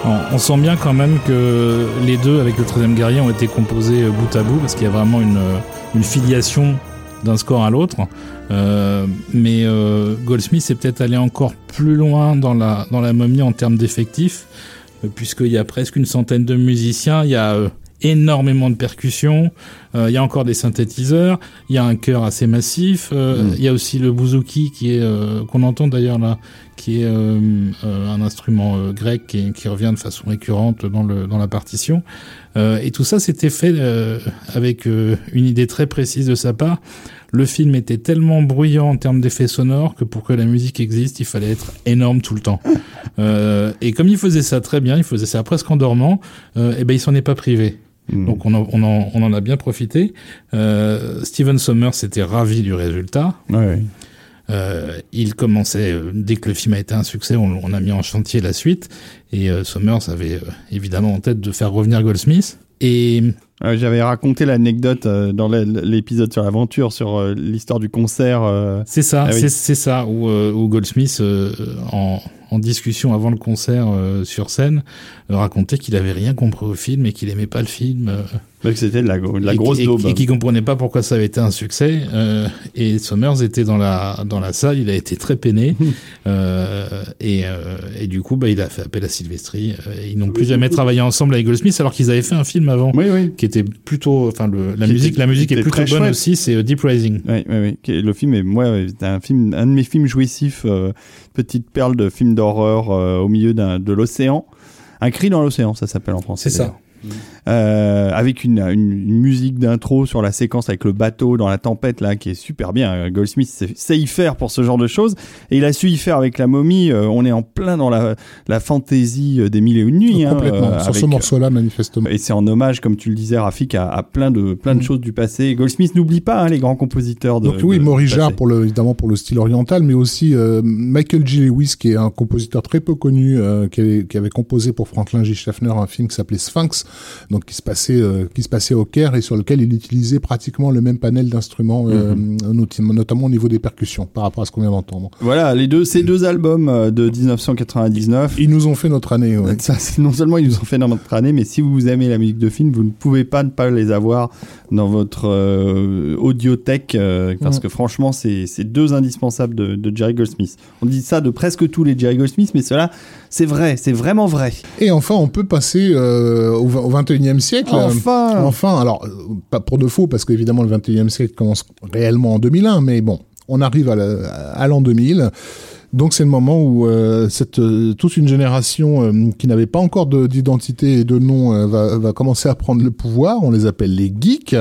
On sent bien quand même que les deux, avec le 13e guerrier, ont été composés bout à bout, parce qu'il y a vraiment une filiation d'un score à l'autre. Mais Goldsmith est peut-être allé encore plus loin dans la momie en termes d'effectifs, puisqu'il y a presque une centaine de musiciens, il y a énormément de percussions, il y a encore des synthétiseurs, il y a un chœur assez massif, il y a aussi le bouzouki qui est qu'on entend d'ailleurs là, qui est un instrument grec qui revient de façon récurrente dans la partition, et tout ça c'était fait avec une idée très précise de sa part. Le film était tellement bruyant en termes d'effets sonores que pour que la musique existe, il fallait être énorme tout le temps. Et comme il faisait ça très bien, il faisait ça presque en dormant, et ben il s'en est pas privé. Donc on en a bien profité. Steven Sommers était ravi du résultat. Ouais. Il commençait, dès que le film a été un succès, on a mis en chantier la suite, et Sommers avait évidemment en tête de faire revenir Goldsmith. Et j'avais raconté l'anecdote dans l'épisode sur l'aventure, sur l'histoire du concert. C'est ça, oui. c'est ça, où Goldsmith, en discussion avant le concert sur scène, racontait qu'il avait rien compris au film et qu'il aimait pas le film. Que c'était de la grosse daube. Et qu'il comprenait pas pourquoi ça avait été un succès. Et Sommers était dans la salle, il a été très peiné. Et du coup, il a fait appel à Silvestri. Ils n'ont plus jamais travaillé ensemble avec Goldsmith, alors qu'ils avaient fait un film avant, qui était plutôt, enfin la musique est plutôt bonne chouette. Aussi. C'est Deep Rising. Oui. Le film est, c'est un de mes films jouissifs, petite perle de film d'horreur au milieu de l'océan. Un cri dans l'océan, ça s'appelle en français. C'est ça. Avec une musique d'intro sur la séquence avec le bateau dans la tempête là qui est super bien. Goldsmith sait y faire pour ce genre de choses, et il a su y faire avec La Momie. On est en plein dans la fantaisie des mille et une nuits. Complètement, sur ce morceau-là manifestement. Et c'est en hommage, comme tu le disais Rafik, à plein de choses du passé. Goldsmith n'oublie pas les grands compositeurs de. Donc oui, Maurice Jarre évidemment pour le style oriental, mais aussi Michael G. Lewis, qui est un compositeur très peu connu, qui avait composé pour Franklin J. Schaffner un film qui s'appelait Sphinx, donc qui se passait au Caire, et sur lequel il utilisait pratiquement le même panel d'instruments, notamment au niveau des percussions, par rapport à ce qu'on vient d'entendre. Voilà, ces deux albums de 1999. Ils nous ont fait notre année. Ouais. Ça, non seulement ils nous ont fait notre année, mais si vous aimez la musique de film, vous ne pouvez pas ne pas les avoir dans votre audiothèque, parce que franchement, c'est deux indispensables de Jerry Goldsmith. On dit ça de presque tous les Jerry Goldsmith, mais cela, c'est vrai, c'est vraiment vrai. Et enfin, on peut passer au 21e siècle. Enfin, alors, pas pour de faux, parce qu'évidemment, le 21e siècle commence réellement en 2001, mais bon, on arrive à l'an 2000. Donc c'est le moment où toute une génération qui n'avait pas encore d'identité et de nom va commencer à prendre le pouvoir. On les appelle les geeks.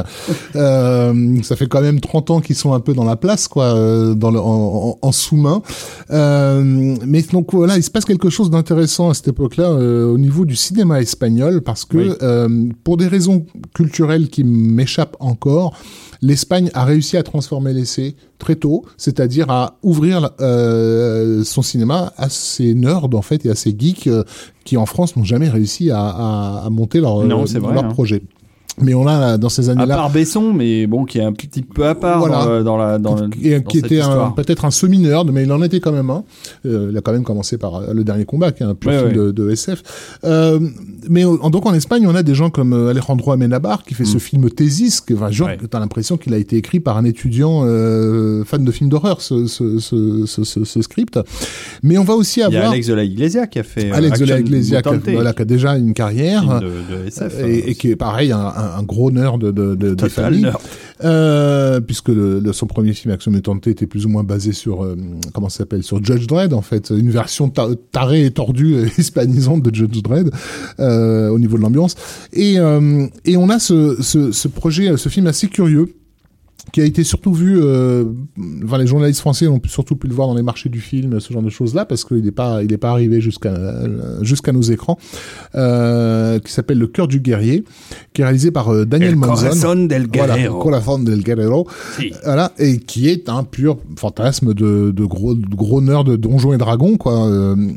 Ça fait quand même 30 ans qu'ils sont un peu dans la place, quoi, en sous-main. Mais donc voilà, il se passe quelque chose d'intéressant à cette époque-là au niveau du cinéma espagnol, parce que pour des raisons culturelles qui m'échappent encore, l'Espagne a réussi à transformer l'essai très tôt, c'est-à-dire à ouvrir son cinéma à ces nerds en fait et à ces geeks qui en France n'ont jamais réussi à monter leur projet. Mais on a dans ces années-là, à part Besson, mais bon, qui est un petit peu à part qui était peut-être un semi-nerd, mais il en était quand même un. Il a quand même commencé par Le Dernier Combat, qui est un pur film de SF. Mais donc en Espagne, on a des gens comme Alejandro Amenábar qui fait ce film Thésis, que t'as l'impression qu'il a été écrit par un étudiant fan de films d'horreur, ce script. Mais on va aussi avoir, il y a Alex de la Iglesia qui a fait Alex de la Iglesia qui a déjà une carrière de SF, et qui est pareil un gros nerd de famille, puisque son premier film Action Mutante était plus ou moins basé sur sur Judge Dredd, en fait, une version tarée et tordue et hispanisante de Judge Dredd au niveau de l'ambiance, et on a ce projet, ce film assez curieux, qui a été surtout vu, les journalistes français ont surtout pu le voir dans les marchés du film, ce genre de choses-là, parce qu'il n'est pas arrivé jusqu'à nos écrans, qui s'appelle Le Cœur du Guerrier, qui est réalisé par Daniel Monzon. Corazón del Guerrero. Corazón del Guerrero. Si. Voilà, et qui est un pur fantasme de gros nerds de Donjons et Dragons, quoi.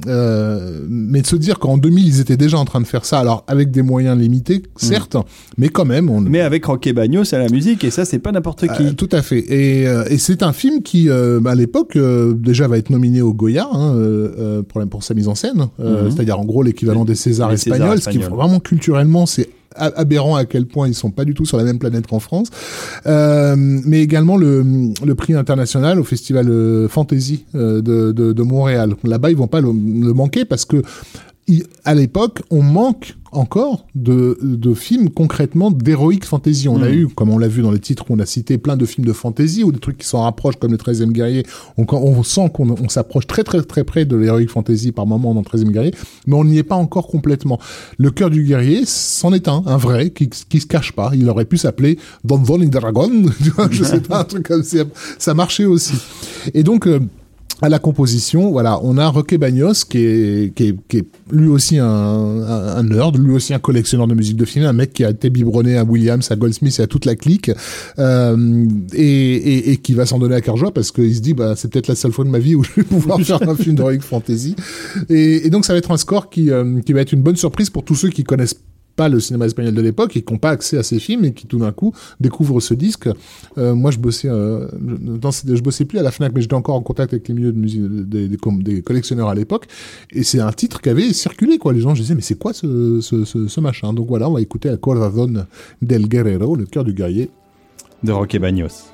Mais de se dire qu'en 2000, ils étaient déjà en train de faire ça, alors avec des moyens limités, certes, mais quand même. Mais avec Roque Bagnos à la musique, et ça, c'est pas n'importe qui. Tout à fait. Et c'est un film qui, à l'époque, déjà va être nominé au Goya pour sa mise en scène. C'est-à-dire en gros l'équivalent des Césars espagnols, ce qui vraiment culturellement c'est aberrant à quel point ils sont pas du tout sur la même planète qu'en France, mais également le prix international au festival Fantasy de Montréal. Là-bas ils vont pas le manquer parce que à l'époque on manque encore de films concrètement d'heroic fantasy. On a eu, comme on l'a vu dans les titres qu'on a cités, plein de films de fantasy ou des trucs qui s'en rapprochent comme le 13e guerrier. On sent qu'on s'approche très très très près de l'heroic fantasy par moment dans le 13e guerrier, mais on n'y est pas encore complètement. Le cœur du guerrier, c'en est un vrai qui se cache pas. Il aurait pu s'appeler Donjon in Dragon, je sais pas, un truc comme ça. Ça marchait aussi. Et donc à la composition, voilà, on a Roque Bagnos qui est lui aussi un nerd, lui aussi un collectionneur de musique de film, un mec qui a été biberonné à Williams, à Goldsmith et à toute la clique, et qui va s'en donner à cœur joie parce qu'il se dit c'est peut-être la seule fois de ma vie où je vais pouvoir faire un film d'heroic fantasy. Et donc ça va être un score qui va être une bonne surprise pour tous ceux qui connaissent pas le cinéma espagnol de l'époque et qui n'ont pas accès à ces films et qui tout d'un coup découvrent ce disque. Moi je bossais plus à la Fnac, mais j'étais encore en contact avec les milieux de musique des collectionneurs à l'époque, et c'est un titre qui avait circulé, quoi. Les gens, je disais mais c'est quoi ce machin. Donc voilà, on va écouter El Corazón del Guerrero, le cœur du guerrier de Roque Bagnos.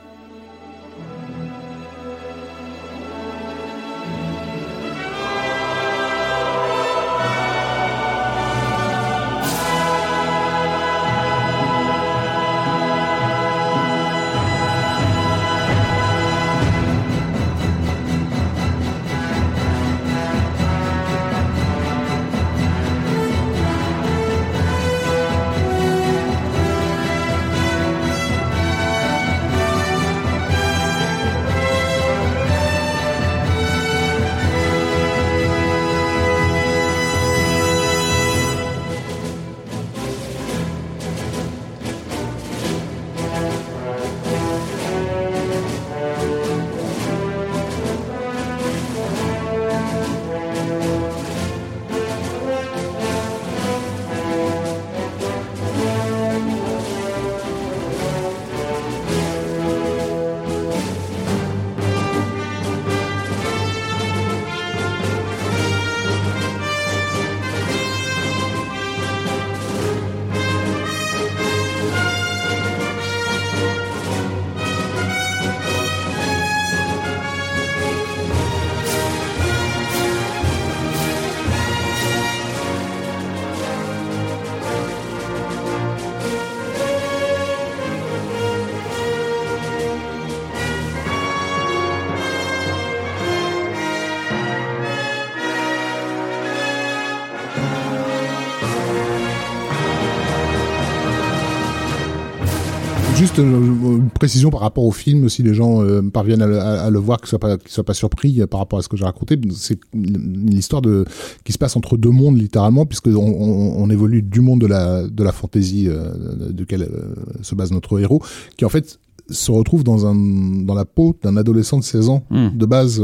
Juste une précision par rapport au film, si les gens parviennent à le voir, qu'ils soient pas surpris par rapport à ce que j'ai raconté. C'est l'histoire qui se passe entre deux mondes littéralement, puisque on évolue du monde de la fantasy duquel se base notre héros, qui en fait se retrouve dans la peau d'un adolescent de 16 ans de base,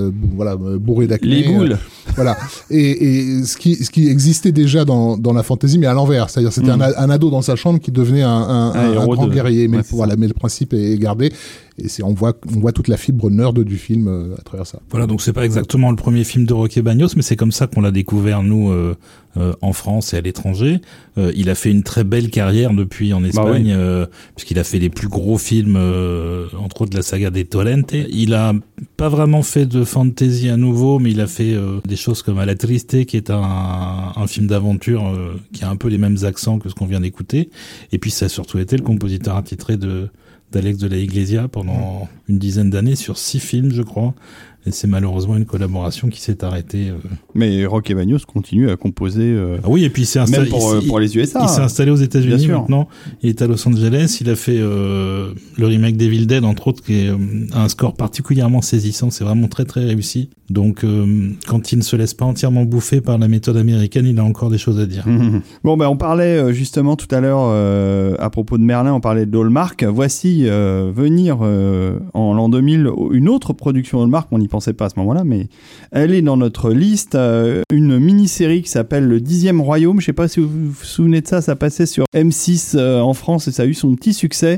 bourré d'acné. Les boules. Voilà. Et ce qui existait déjà dans la fantasy, mais à l'envers. C'est-à-dire, c'était un ado dans sa chambre qui devenait un grand guerrier. Mais mais le principe est gardé. Et on voit toute la fibre nerd du film à travers ça. Voilà, donc c'est pas exactement le premier film de Roque Bagnos, mais c'est comme ça qu'on l'a découvert, nous, en France et à l'étranger. Il a fait une très belle carrière depuis en Espagne, puisqu'il a fait les plus gros films, entre autres la saga des Torrente. Il a pas vraiment fait de fantasy à nouveau, mais il a fait des choses comme A la Triste, qui est un film d'aventure qui a un peu les mêmes accents que ce qu'on vient d'écouter. Et puis ça a surtout été le compositeur attitré d'Alex de la Iglesia pendant une dizaine d'années sur 6 films, je crois. Et c'est malheureusement une collaboration qui s'est arrêtée. Mais Roque Bagnos continue à composer. Ah oui, et puis il s'est installé même pour les USA. Il s'est installé aux États-Unis maintenant. Il est à Los Angeles. Il a fait le remake d'Evil Dead, entre autres, qui est un score particulièrement saisissant. C'est vraiment très très réussi. Donc, quand il ne se laisse pas entièrement bouffer par la méthode américaine, il a encore des choses à dire. Bon, on parlait justement tout à l'heure à propos de Merlin, on parlait d'Hallmark. Voici venir en l'an 2000 une autre production Hallmark. On n'y pensait pas à ce moment-là, mais elle est dans notre liste. Une mini-série qui s'appelle Le 10e Royaume. Je ne sais pas si vous vous souvenez de ça. Ça passait sur M6 en France et ça a eu son petit succès.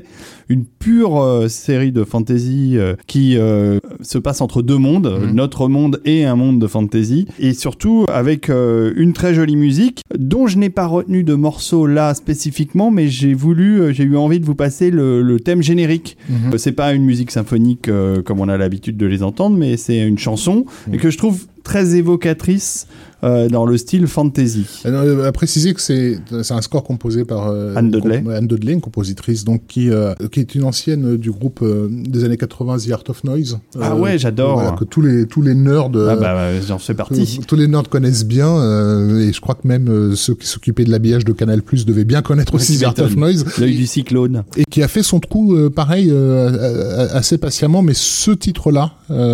une pure série de fantasy qui se passe entre deux mondes, notre monde et un monde de fantasy, et surtout avec une très jolie musique dont je n'ai pas retenu de morceau là spécifiquement, mais j'ai eu envie de vous passer le thème générique. C'est pas une musique symphonique comme on a l'habitude de les entendre, mais c'est une chanson et que je trouve très évocatrice dans le style fantasy. À préciser que c'est un score composé par Anne Dudley. Anne Dudley, une compositrice donc qui est une ancienne du groupe des années 80 The Art of Noise. Ouais, j'adore. Voilà, que tous les nerds j'en fais partie. Tous les nerds connaissent bien et je crois que même ceux qui s'occupaient de l'habillage de Canal+ devaient bien connaître aussi The Art of Noise. L'œil du cyclone. Et qui a fait son trou pareil assez patiemment, mais ce titre-là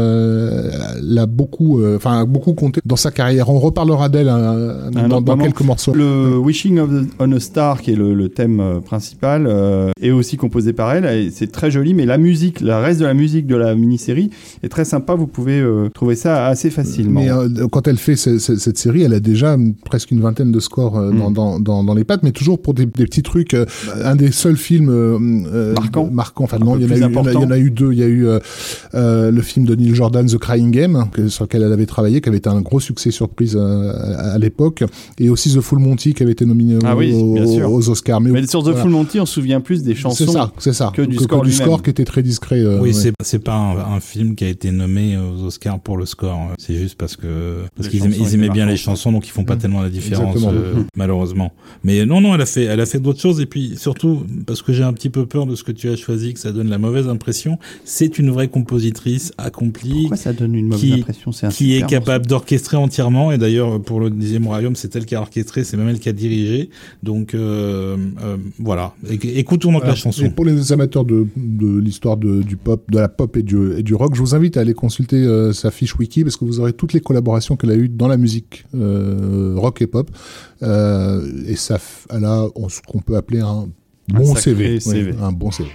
l'a beaucoup compté dans sa carrière. On reparlera d'elle dans quelques morceaux. Le Wishing on a Star, qui est le thème principal, est aussi composé par elle. Et c'est très joli, mais le reste de la musique de la mini-série est très sympa. Vous pouvez trouver ça assez facilement. Mais quand elle fait cette série, elle a déjà presque une vingtaine de scores dans les pattes, mais toujours pour des petits trucs. Un des seuls films marquants. Enfin non, il y en a eu deux. Il y a eu le film de Neil Jordan, The Crying Game, sur lequel elle avait travaillé, qui avait été un gros succès surprise à l'époque, et aussi The Full Monty qui avait été nominé aux Oscars. Mais sur The Full Monty, on se souvient plus des chansons que du score qui était très discret. C'est pas un film qui a été nommé aux Oscars pour le score. C'est juste parce qu'ils aimaient bien les chansons, donc ils font pas tellement la différence, malheureusement. Mais non, elle a fait d'autres choses, et puis surtout parce que j'ai un petit peu peur de ce que tu as choisi, que ça donne la mauvaise impression. C'est une vraie compositrice accomplie. Pourquoi ça donne une mauvaise impression? Qui est capable d'orchestrer entièrement, et d'ailleurs pour le 10e Royaume, c'est elle qui a orchestré, c'est même elle qui a dirigé. Donc voilà. Écoutons donc la chanson. Et pour les amateurs de l'histoire du pop, de la pop et du rock, je vous invite à aller consulter sa fiche wiki, parce que vous aurez toutes les collaborations qu'elle a eues dans la musique rock et pop. Et ça, elle a ce qu'on peut appeler un bon CV. Un bon CV.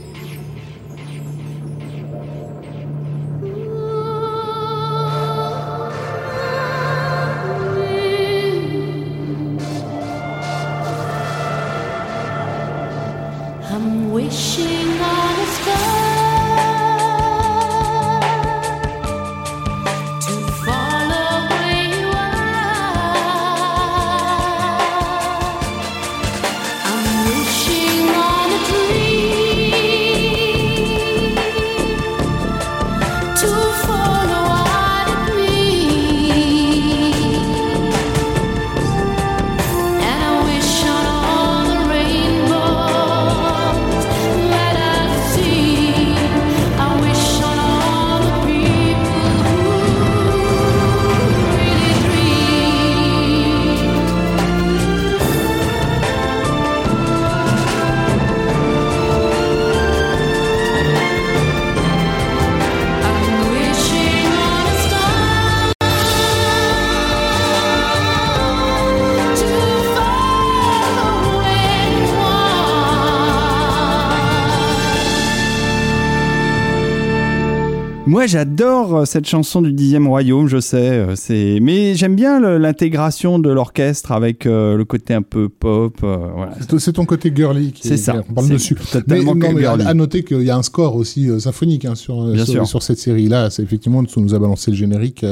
Moi, j'adore cette chanson du 10e Royaume, je sais. Mais j'aime bien l'intégration de l'orchestre avec le côté un peu pop. Voilà. C'est ton côté girly qui parle dessus. Totalement girly. À noter qu'il y a un score aussi symphonique sur cette série-là. C'est effectivement, tu nous a balancé le générique.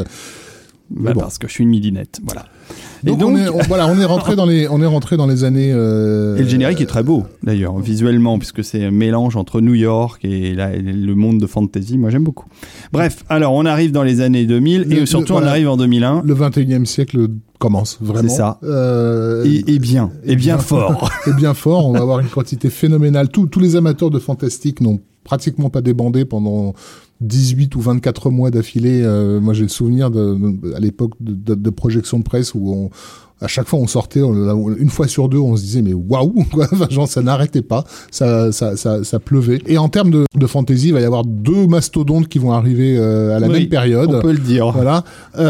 Parce que je suis une midinette, voilà. Donc on est rentré dans les années. Et le générique est très beau d'ailleurs visuellement, puisque c'est un mélange entre New York et le monde de fantasy. Moi j'aime beaucoup. Bref, alors on arrive dans les années 2000 et surtout on arrive en 2001. Le 21e siècle commence vraiment. C'est ça. Et bien fort. Et bien fort. On va avoir une quantité phénoménale. Tous les amateurs de fantastique n'ont pratiquement pas débandé pendant 18 ou 24 mois d'affilée. Moi, j'ai le souvenir à l'époque de projections de presse où à chaque fois on sortait, une fois sur deux, on se disait mais waouh, quoi, genre ça n'arrêtait pas, ça pleuvait. Et en termes de fantasy, il va y avoir deux mastodontes qui vont arriver à la même période. On peut le dire. Voilà.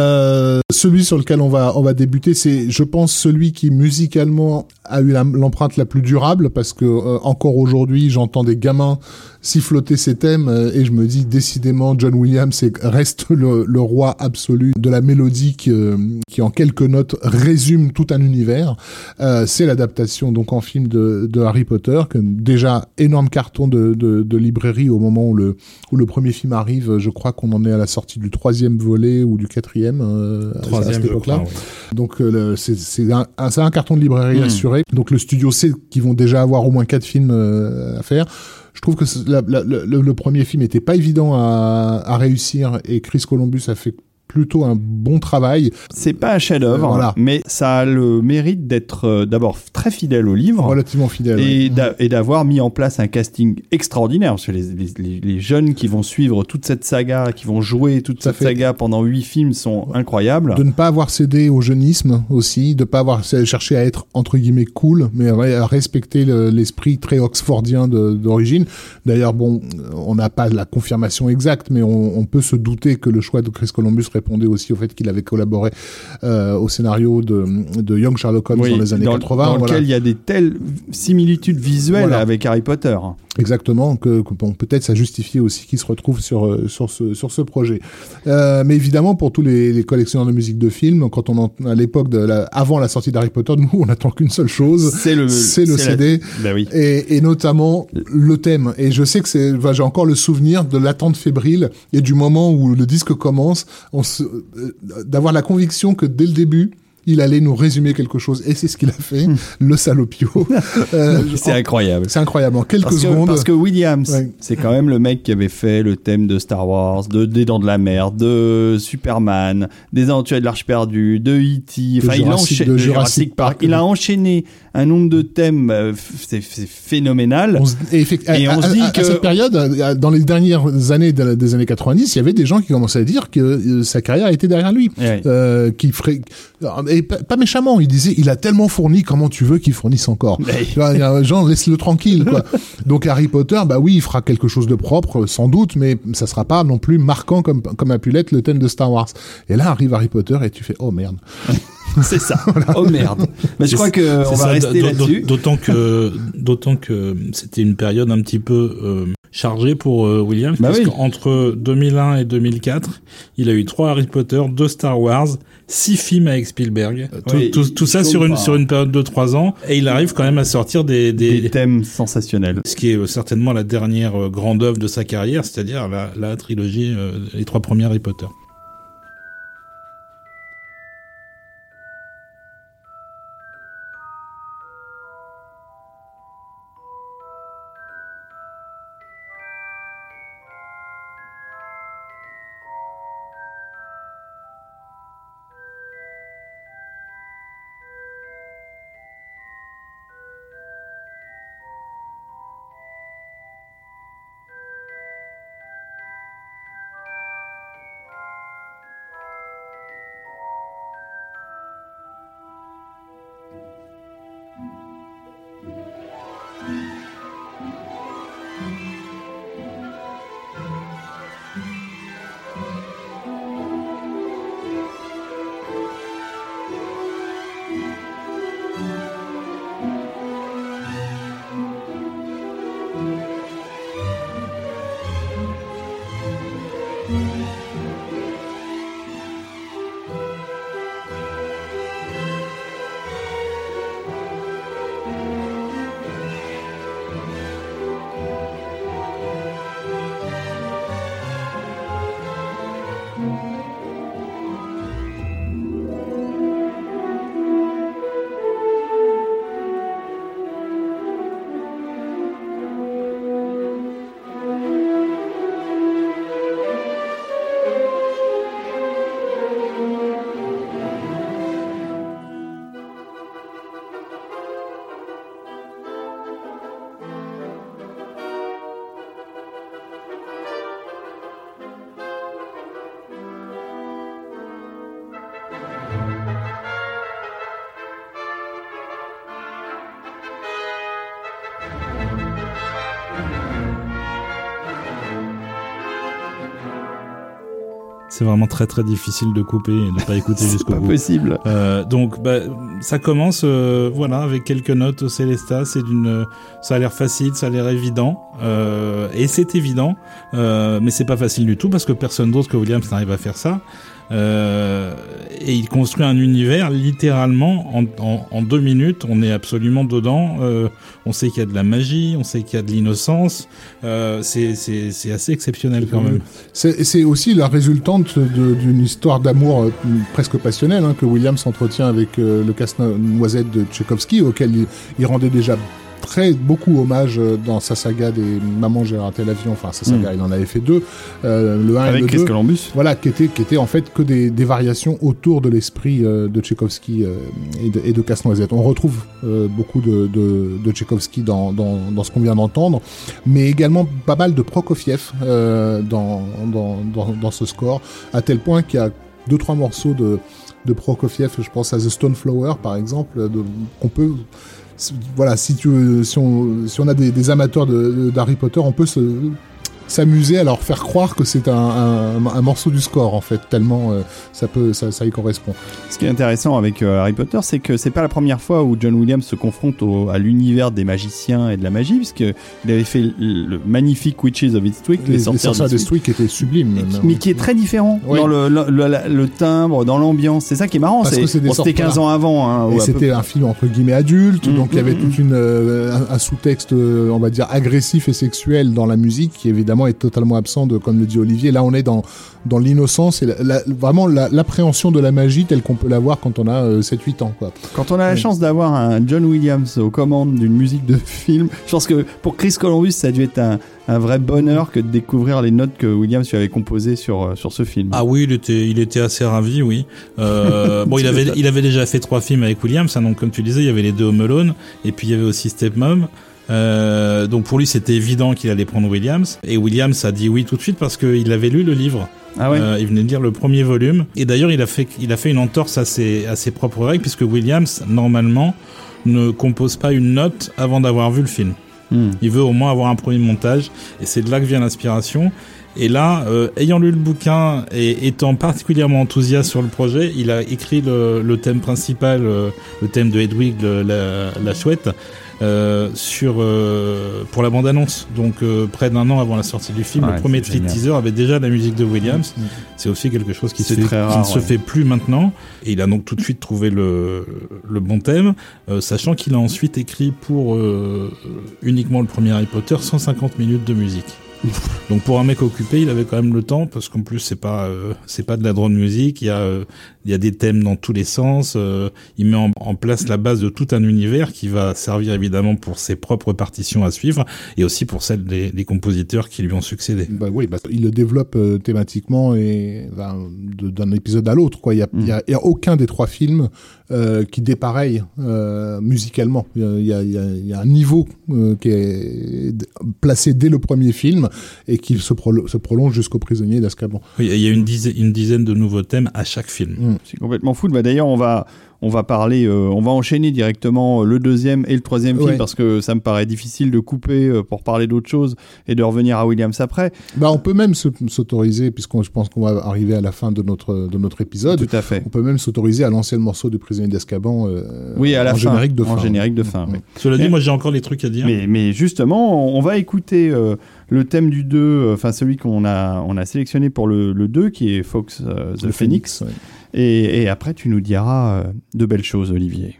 Celui sur lequel on va débuter, c'est, je pense, celui qui musicalement a eu l'empreinte la plus durable, parce que encore aujourd'hui, j'entends des gamins siffloter ces thèmes et je me dis décidément John Williams reste le roi absolu de la mélodie qui en quelques notes résume tout un univers. C'est l'adaptation donc en film de Harry Potter, que déjà énorme carton de librairie au moment où le premier film arrive. Je crois qu'on en est à la sortie du 3e volet ou du 4e à cette époque-là. Oui. Donc c'est un carton de librairie assuré. Donc le studio sait qu'ils vont déjà avoir au moins 4 films à faire. Je trouve que le premier film était pas évident à réussir et Chris Columbus a fait plutôt un bon travail. C'est pas un chef-d'œuvre, voilà. Mais ça a le mérite d'être d'abord très fidèle au livre, relativement fidèle, et d'avoir mis en place un casting extraordinaire, parce que les jeunes qui vont suivre toute cette saga, qui vont jouer toute cette saga pendant 8 films sont incroyables. De ne pas avoir cédé au jeunisme aussi, de pas avoir cherché à être entre guillemets cool, mais à respecter l'esprit très oxfordien d'origine. D'ailleurs, bon, on n'a pas la confirmation exacte, mais on peut se douter que le choix de Chris Columbus répondait aussi au fait qu'il avait collaboré au scénario de Young Sherlock Holmes dans les années 80. Dans lequel il y a des telles similitudes visuelles avec Harry Potter. Exactement, que bon, peut-être ça justifiait aussi qu'il se retrouve sur ce projet. Mais évidemment, pour tous les collectionneurs de musique de film, quand à l'époque avant la sortie d'Harry Potter, nous, on n'attend qu'une seule chose, c'est le CD, Ben oui. et notamment le thème. Et je sais que j'ai encore le souvenir de l'attente fébrile et du moment où le disque commence, d'avoir la conviction que dès le début, il allait nous résumer quelque chose, et c'est ce qu'il a fait, le salopio. C'est incroyable. C'est incroyable, en quelques secondes. Parce que Williams, c'est quand même le mec qui avait fait le thème de Star Wars, des Dents de la Mer, de Superman, des Aventuriers de l'Arche perdue, de E.T., de Jurassic Park. Il a enchaîné un nombre de thèmes, c'est phénoménal. Et on se dit que à cette période, dans les dernières années des années 90, il y avait des gens qui commençaient à dire que sa carrière était derrière lui. Qui ferait... Et pas méchamment, il disait, il a tellement fourni, comment tu veux qu'il fournisse encore? Genre, laisse-le tranquille, quoi. Donc Harry Potter, bah oui, il fera quelque chose de propre, sans doute, mais ça sera pas non plus marquant comme a pu l'être le thème de Star Wars. Et là arrive Harry Potter et tu fais, oh merde. C'est ça. Voilà. Oh merde. Mais je crois que on va rester là-dessus. D'autant que c'était une période un petit peu chargée pour Williams, parce qu'entre 2001 et 2004, il a eu 3 Harry Potter, 2 Star Wars, 6 films avec Spielberg. Tout ça sur une période de 3 ans, et il arrive quand même à sortir des thèmes sensationnels. Ce qui est certainement la dernière grande œuvre de sa carrière, c'est-à-dire la trilogie, les 3 premiers Harry Potter. c'est vraiment très très difficile de couper et de pas écouter jusqu'au bout. C'est pas possible. Donc ça commence avec quelques notes au Célestat, ça a l'air facile, ça a l'air évident et c'est évident mais c'est pas facile du tout parce que personne d'autre que Williams n'arrive à faire ça. Et il construit un univers littéralement en 2 minutes, on est absolument dedans, on sait qu'il y a de la magie, on sait qu'il y a de l'innocence, c'est assez exceptionnel quand même. C'est aussi la résultante d'une histoire d'amour presque passionnelle que Williams entretient avec le casse-noisette de Tchaïkovski, auquel il rendait déjà beaucoup hommage dans sa saga des Maman j'ai raté l'avion, enfin sa saga il en avait fait 2, le 1 avec et le 2 Chris Columbus, voilà, qui était en fait que des variations autour de l'esprit de Tchaïkovski et de Casse-Noisette. On retrouve beaucoup de Tchaïkovski dans ce qu'on vient d'entendre, mais également pas mal de Prokofiev dans ce score, à tel point qu'il y a 2-3 morceaux de Prokofiev, je pense à The Stone Flower par exemple, qu'on peut... Voilà, si on a des amateurs d'Harry Potter, on peut s'amuser à leur faire croire que c'est un morceau du score en fait, tellement ça y correspond. Ce qui est intéressant avec Harry Potter, c'est que c'est pas la première fois où John Williams se confronte à l'univers des magiciens et de la magie, puisque il avait fait le magnifique Witches of Eastwick, les sorcières d'Eastwick qui était sublime, mais qui est très différent dans le timbre, dans l'ambiance. C'est ça qui est marrant. C'était 15 ans avant. Et c'était un film entre guillemets adulte, donc il y avait tout un sous-texte, on va dire agressif et sexuel dans la musique, qui évidemment est totalement absent comme le dit Olivier. Là on est dans l'innocence et vraiment l'appréhension de la magie telle qu'on peut l'avoir quand on a 7-8 ans quoi. Quand on a la chance d'avoir un John Williams aux commandes d'une musique de film, je pense que pour Chris Columbus ça a dû être un vrai bonheur que de découvrir les notes que Williams lui avait composées sur ce film. Ah oui, il était assez ravi, oui. Bon, il avait déjà fait 3 films avec Williams, donc comme tu disais, il y avait les 2 Home Alone et puis il y avait aussi Stepmom. Donc pour lui c'était évident qu'il allait prendre Williams, et Williams a dit oui tout de suite parce qu'il avait lu le livre. Ah ouais. Il venait de lire le premier volume, et d'ailleurs il a fait une entorse à ses propres règles, puisque Williams normalement ne compose pas une note avant d'avoir vu le film. Il veut au moins avoir un premier montage, et c'est de là que vient l'inspiration. Et là, ayant lu le bouquin et étant particulièrement enthousiaste sur le projet, il a écrit le thème principal, le thème de Hedwig, la chouette, pour la bande-annonce. Donc près d'un an avant la sortie du film, le premier teaser avait déjà la musique de Williams. C'est aussi quelque chose qui ne se fait plus maintenant. Et il a donc tout de suite trouvé le bon thème, sachant qu'il a ensuite écrit pour uniquement le premier Harry Potter 150 minutes de musique. Donc pour un mec occupé, il avait quand même le temps, parce qu'en plus c'est pas de la drone music, il y a des thèmes dans tous les sens, il met en place la base de tout un univers qui va servir évidemment pour ses propres partitions à suivre, et aussi pour celles des compositeurs qui lui ont succédé. Il le développe thématiquement et d'un épisode à l'autre quoi. Il y a aucun des 3 films qui dépareille musicalement. Il y a un niveau qui est placé dès le premier film et qui se prolonge jusqu'au Prisonnier d'Azkaban. Oui, il y a une dizaine de nouveaux thèmes à chaque film. C'est complètement fou. D'ailleurs, on va parler, on va enchaîner directement le 2e et le 3e film, parce que ça me paraît difficile de couper pour parler d'autre chose et de revenir à Williams après. On peut même s'autoriser, je pense qu'on va arriver à la fin de notre épisode. Tout à fait. On peut même s'autoriser à lancer le morceau du Prisonnier d'Azkaban à la fin, générique de fin. En générique de fin. Cela dit, moi j'ai encore des trucs à dire. Mais justement, on va écouter le thème du 2, celui qu'on a sélectionné pour le 2, qui est Fox the Phoenix. Et après, tu nous diras de belles choses, Olivier.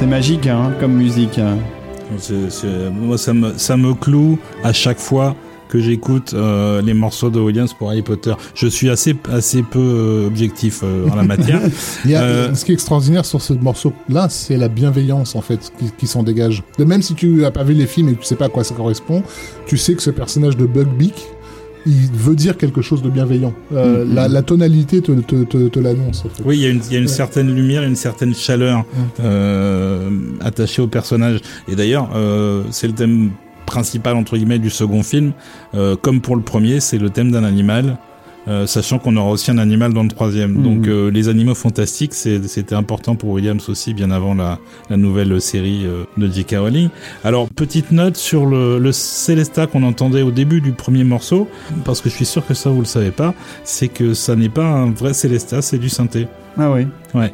C'est magique comme musique. Moi, ça me cloue à chaque fois que j'écoute les morceaux de Williams pour Harry Potter. Je suis assez peu objectif en la matière. Ce qui est extraordinaire sur ce morceau-là, c'est la bienveillance en fait qui s'en dégage. De même si tu n'as pas vu les films et que tu sais pas à quoi ça correspond, tu sais que ce personnage de Buckbeak, il veut dire quelque chose de bienveillant. La tonalité te l'annonce. En fait. Oui, il y a une certaine lumière, une certaine chaleur attachée au personnage. Et d'ailleurs, c'est le thème principal entre guillemets du second film. Comme pour le premier, c'est le thème d'un animal. Sachant qu'on aura aussi un animal dans le troisième. Donc les animaux fantastiques, c'était important pour Williams aussi, bien avant la nouvelle série de J.K. Rowling. Alors, petite note sur le Célesta qu'on entendait au début du premier morceau, parce que je suis sûr que ça vous le savez pas, c'est que ça n'est pas un vrai Célesta, c'est du synthé. Ah oui. Ouais.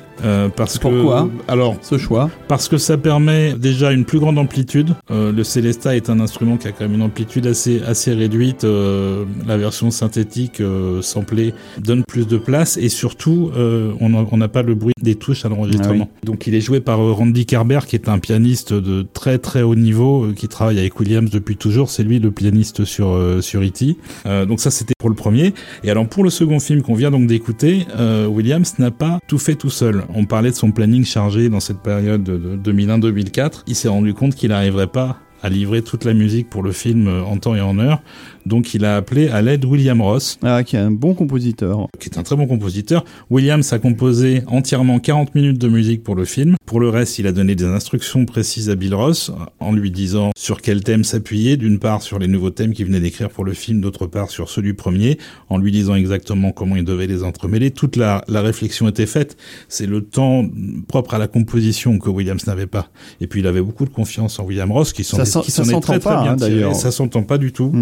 Pourquoi ce choix? Parce que ça permet déjà une plus grande amplitude. Le Célesta est un instrument qui a quand même une amplitude assez réduite. La version synthétique samplée donne plus de place et surtout on n'a pas le bruit des touches à l'enregistrement. Ah oui. Donc il est joué par Randy Karber qui est un pianiste de très très haut niveau qui travaille avec Williams depuis toujours. C'est lui le pianiste sur E.T. Donc ça c'était pour le premier. Et alors pour le second film qu'on vient donc d'écouter, Williams n'a pas tout fait tout seul. On parlait de son planning chargé dans cette période de 2001-2004. Il s'est rendu compte qu'il n'arriverait pas à livrer toute la musique pour le film en temps et en heure. Donc il a appelé à l'aide William Ross. Qui est un bon compositeur. Qui est un très bon compositeur. Williams a composé entièrement 40 minutes de musique pour le film. Pour le reste, il a donné des instructions précises à Bill Ross en lui disant sur quel thème s'appuyer, d'une part sur les nouveaux thèmes qu'il venait d'écrire pour le film, d'autre part sur ceux du premier, en lui disant exactement comment il devait les entremêler. Toute la réflexion était faite. C'est le temps propre à la composition que Williams n'avait pas. Et puis il avait beaucoup de confiance en William Ross qui s'en est très très bien tiré. D'ailleurs. Ça s'entend pas du tout.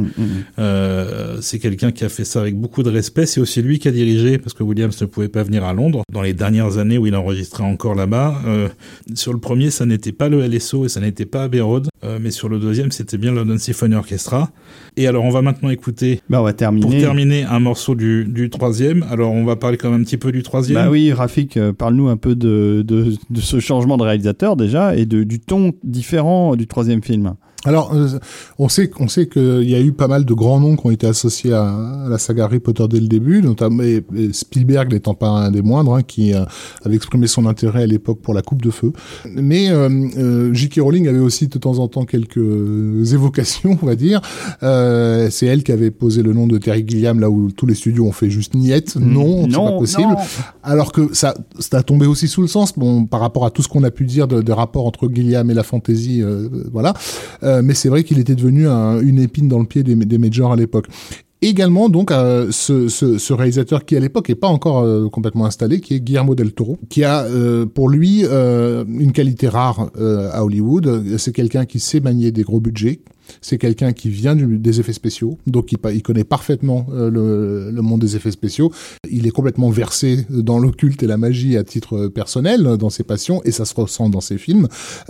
C'est quelqu'un qui a fait ça avec beaucoup de respect. C'est aussi lui qui a dirigé, parce que Williams ne pouvait pas venir à Londres dans les dernières années où il enregistrait encore là-bas. Sur le premier, ça n'était pas le LSO et ça n'était pas Abbey Road, mais sur le deuxième, c'était bien le London Symphony Orchestra. Et alors, on va maintenant écouter, on va terminer. Pour terminer, un morceau du troisième. Alors, on va parler quand même un petit peu du troisième. Bah oui, Rafik, parle-nous un peu de ce changement de réalisateur déjà et du ton différent du troisième film. Alors, on sait qu'il y a eu pas mal de grands noms qui ont été associés à la saga Harry Potter dès le début, notamment Spielberg n'étant pas un des moindres, qui avait exprimé son intérêt à l'époque pour la Coupe de Feu. Mais J.K. Rowling avait aussi de temps en temps quelques évocations, on va dire. C'est elle qui avait posé le nom de Terry Gilliam, là où tous les studios ont fait juste niette. Non, c'est pas possible. Non. Alors que ça a tombé aussi sous le sens, par rapport à tout ce qu'on a pu dire de rapports entre Gilliam et la fantasy, voilà. Mais c'est vrai qu'il était devenu une épine dans le pied des majors à l'époque. Également, donc, ce réalisateur qui, à l'époque, est pas encore complètement installé, qui est Guillermo del Toro, qui a, pour lui, une qualité rare à Hollywood. C'est quelqu'un qui sait manier des gros budgets. C'est quelqu'un qui vient des effets spéciaux, donc il connaît parfaitement le monde des effets spéciaux. Il est complètement versé dans l'occulte et la magie à titre personnel, dans ses passions, et ça se ressent dans ses films.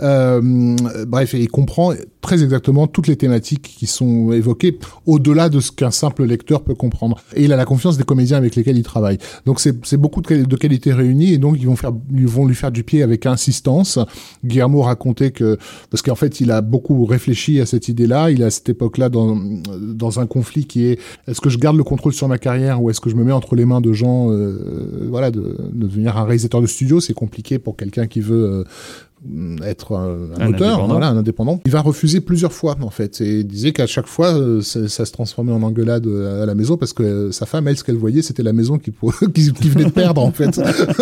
Bref, il comprend très exactement toutes les thématiques qui sont évoquées, au-delà de ce qu'un simple lecteur peut comprendre. Et il a la confiance des comédiens avec lesquels il travaille. Donc c'est beaucoup de qualités réunies, et donc ils vont lui faire du pied avec insistance. Guillermo racontait parce qu'en fait, il a beaucoup réfléchi à cette idée-là. Il est à cette époque-là dans un conflit qui est: est-ce que je garde le contrôle sur ma carrière ou est-ce que je me mets entre les mains de gens, de devenir un réalisateur de studio. C'est compliqué pour quelqu'un qui veut être un auteur, un indépendant. Il va refuser plusieurs fois, en fait, et il disait qu'à chaque fois, ça se transformait en engueulade à la maison, parce que sa femme, elle, ce qu'elle voyait, c'était la maison qui venait de perdre, en fait,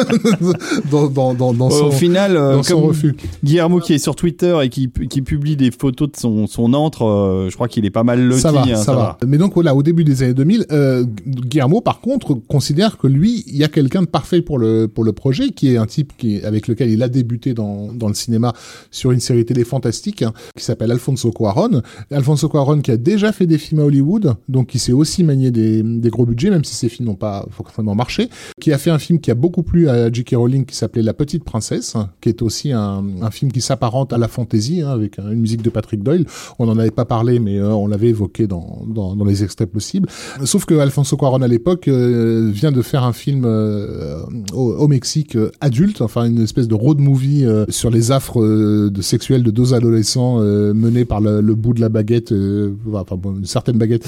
dans son, au final, dans son refus. Guillermo, qui est sur Twitter et qui publie des photos de son antre, je crois qu'il est pas mal loqué. Ça va. Mais donc, voilà, au début des années 2000, Guillermo, par contre, considère que lui, il y a quelqu'un de parfait pour le projet, qui est un type avec lequel il a débuté dans le cinéma sur une série télé fantastique qui s'appelle Alfonso Cuarón. Alfonso Cuarón qui a déjà fait des films à Hollywood, donc qui sait aussi manier des gros budgets, même si ses films n'ont pas forcément marché, qui a fait un film qui a beaucoup plu à J.K. Rowling qui s'appelait La Petite Princesse, qui est aussi un film qui s'apparente à la fantasy, avec une musique de Patrick Doyle. On n'en avait pas parlé, mais on l'avait évoqué dans les extraits possibles. Sauf que Alfonso Cuarón à l'époque vient de faire un film au Mexique adulte, enfin une espèce de road movie sur les les affres sexuelles de deux adolescents menés par le bout de la baguette, une certaine baguette,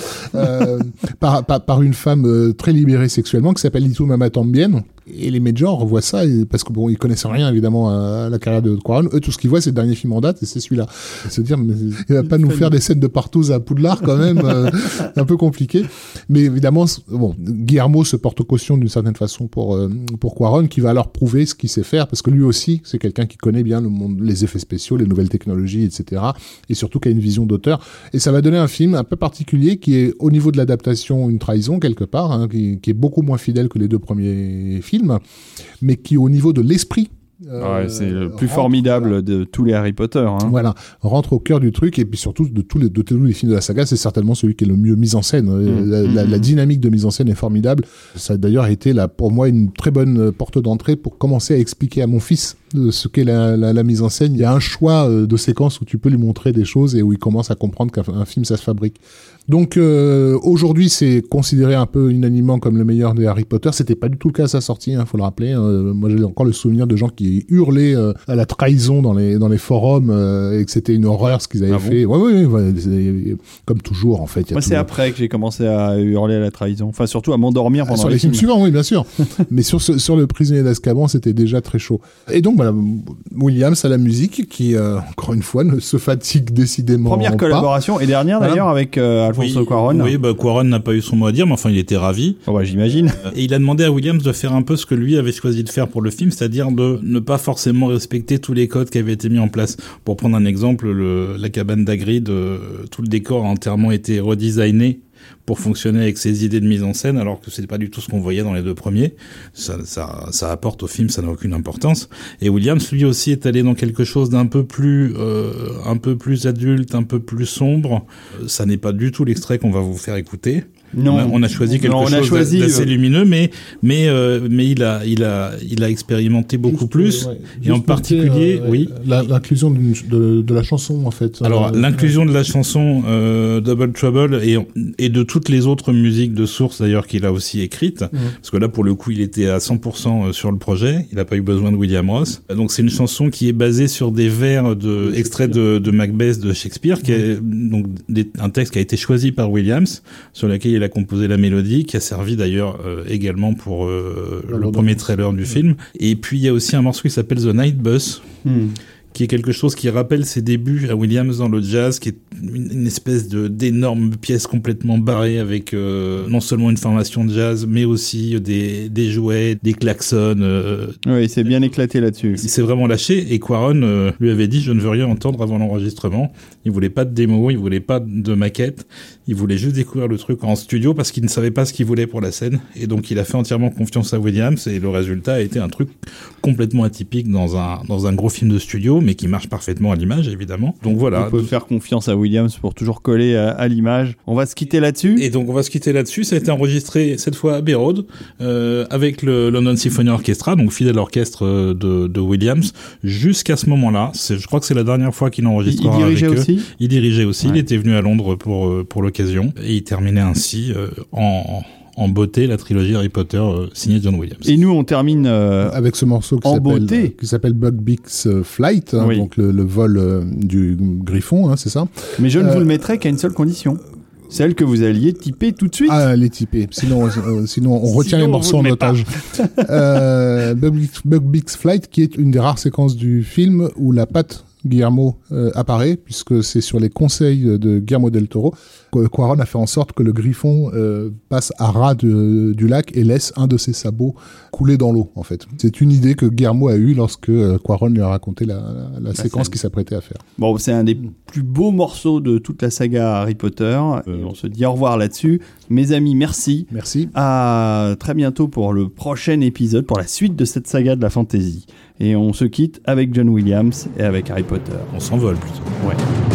par une femme très libérée sexuellement qui s'appelle Y Tu m'amas también. Et les majors voient ça parce que bon, ils connaissent rien évidemment à la carrière de Cuarón. Eux, tout ce qu'ils voient, c'est le dernier film en date et c'est celui-là. Se dire, mais il va pas nous faire des scènes de partous à Poudlard quand même, un peu compliqué. Mais évidemment, bon, Guillermo se porte caution d'une certaine façon pour Cuarón, qui va alors prouver ce qu'il sait faire parce que lui aussi, c'est quelqu'un qui connaît bien le monde, les effets spéciaux, les nouvelles technologies, etc. Et surtout qui a une vision d'auteur. Et ça va donner un film un peu particulier qui est au niveau de l'adaptation une trahison quelque part, hein, qui est beaucoup moins fidèle que les deux premiers films, mais qui au niveau de l'esprit c'est le plus formidable de tous les Harry Potter. Hein. Voilà, rentre au cœur du truc et puis surtout de tous les films de la saga, c'est certainement celui qui est le mieux mis en scène. La dynamique de mise en scène est formidable. Ça a d'ailleurs été pour moi une très bonne porte d'entrée pour commencer à expliquer à mon fils ce qu'est la mise en scène. Il y a un choix de séquences où tu peux lui montrer des choses et où il commence à comprendre qu'un film ça se fabrique. Donc aujourd'hui c'est considéré un peu unanimement comme le meilleur des Harry Potter. C'était pas du tout le cas à sa sortie, faut le rappeler. Moi j'ai encore le souvenir de gens qui hurlaient à la trahison dans les forums et que c'était une horreur ce qu'ils avaient fait. Ouais, comme toujours en fait. Moi c'est après que j'ai commencé à hurler à la trahison. Enfin surtout à m'endormir pendant sur les films suivants, oui bien sûr. Mais sur le prisonnier d'Azkaban c'était déjà très chaud. Et donc voilà, Williams à la musique qui encore une fois ne se fatigue décidément pas. Première collaboration et dernière d'ailleurs avec Cuarón. Oui, Cuarón n'a pas eu son mot à dire, mais enfin il était ravi. J'imagine. Et il a demandé à Williams de faire un peu ce que lui avait choisi de faire pour le film, c'est-à-dire de ne pas forcément respecter tous les codes qui avaient été mis en place. Pour prendre un exemple, la cabane d'Hagrid, tout le décor a entièrement été redesigné pour fonctionner avec ses idées de mise en scène, alors que c'était pas du tout ce qu'on voyait dans les deux premiers. Ça apporte au film, ça n'a aucune importance. Et Williams, lui aussi, est allé dans quelque chose d'un peu plus adulte, un peu plus sombre. Ça n'est pas du tout l'extrait qu'on va vous faire écouter. Non, on a choisi quelque chose d'assez lumineux, mais il a expérimenté beaucoup plus. Ouais. Et en particulier, l'inclusion de la chanson en fait. Alors l'inclusion de la chanson Double Trouble et de toutes les autres musiques de source d'ailleurs qu'il a aussi écrites, parce que là pour le coup il était à 100% sur le projet, il n'a pas eu besoin de William Ross. Donc c'est une chanson qui est basée sur des vers extraits de Macbeth de Shakespeare, qui est donc un texte qui a été choisi par Williams, sur lequel il a composé la mélodie, qui a servi d'ailleurs également pour le premier trailer du film. Et puis il y a aussi un morceau qui s'appelle The Night Bus, qui est quelque chose qui rappelle ses débuts à Williams dans le jazz, qui est une espèce d'énorme pièce complètement barrée avec non seulement une formation de jazz, mais aussi des jouets, des klaxons. Oui, il s'est bien éclaté là-dessus. Il s'est vraiment lâché et Cuarón lui avait dit « Je ne veux rien entendre avant l'enregistrement ». Il voulait pas de démo, il voulait pas de maquette, il voulait juste découvrir le truc en studio parce qu'il ne savait pas ce qu'il voulait pour la scène. Et donc il a fait entièrement confiance à Williams et le résultat a été un truc complètement atypique dans un gros film de studio, mais qui marche parfaitement à l'image, évidemment. Donc voilà. On peut faire confiance à Williams pour toujours coller à l'image. On va se quitter là-dessus. Et donc on va se quitter là-dessus. Ça a été enregistré cette fois à Abbey Road avec le London Symphony Orchestra, donc fidèle orchestre de Williams, jusqu'à ce moment-là. Je crois que c'est la dernière fois qu'il enregistrera avec eux. Il dirigeait aussi. Ouais. Il était venu à Londres pour l'occasion et il terminait ainsi en beauté la trilogie Harry Potter signée John Williams. Et nous on termine avec ce morceau qui s'appelle Buckbeak's Flight, hein, donc le vol du griffon, c'est ça. Mais je ne vous le mettrai qu'à une seule condition. Celle que vous alliez typer tout de suite. Ah, les typer. Sinon on retient les morceaux en otage. Buckbeak's Flight, qui est une des rares séquences du film où la patte Guillermo apparaît, puisque c'est sur les conseils de Guillermo del Toro que Cuarón a fait en sorte que le griffon passe à ras du lac et laisse un de ses sabots couler dans l'eau, en fait. C'est une idée que Guillermo a eue lorsque Cuarón lui a raconté la séquence qu'il s'apprêtait à faire. Bon, c'est un des plus beaux morceaux de toute la saga Harry Potter. On se dit au revoir là-dessus. Mes amis, merci. Merci. À très bientôt pour le prochain épisode, pour la suite de cette saga de la fantasy. Et on se quitte avec John Williams et avec Harry Potter. On s'envole plutôt. Ouais.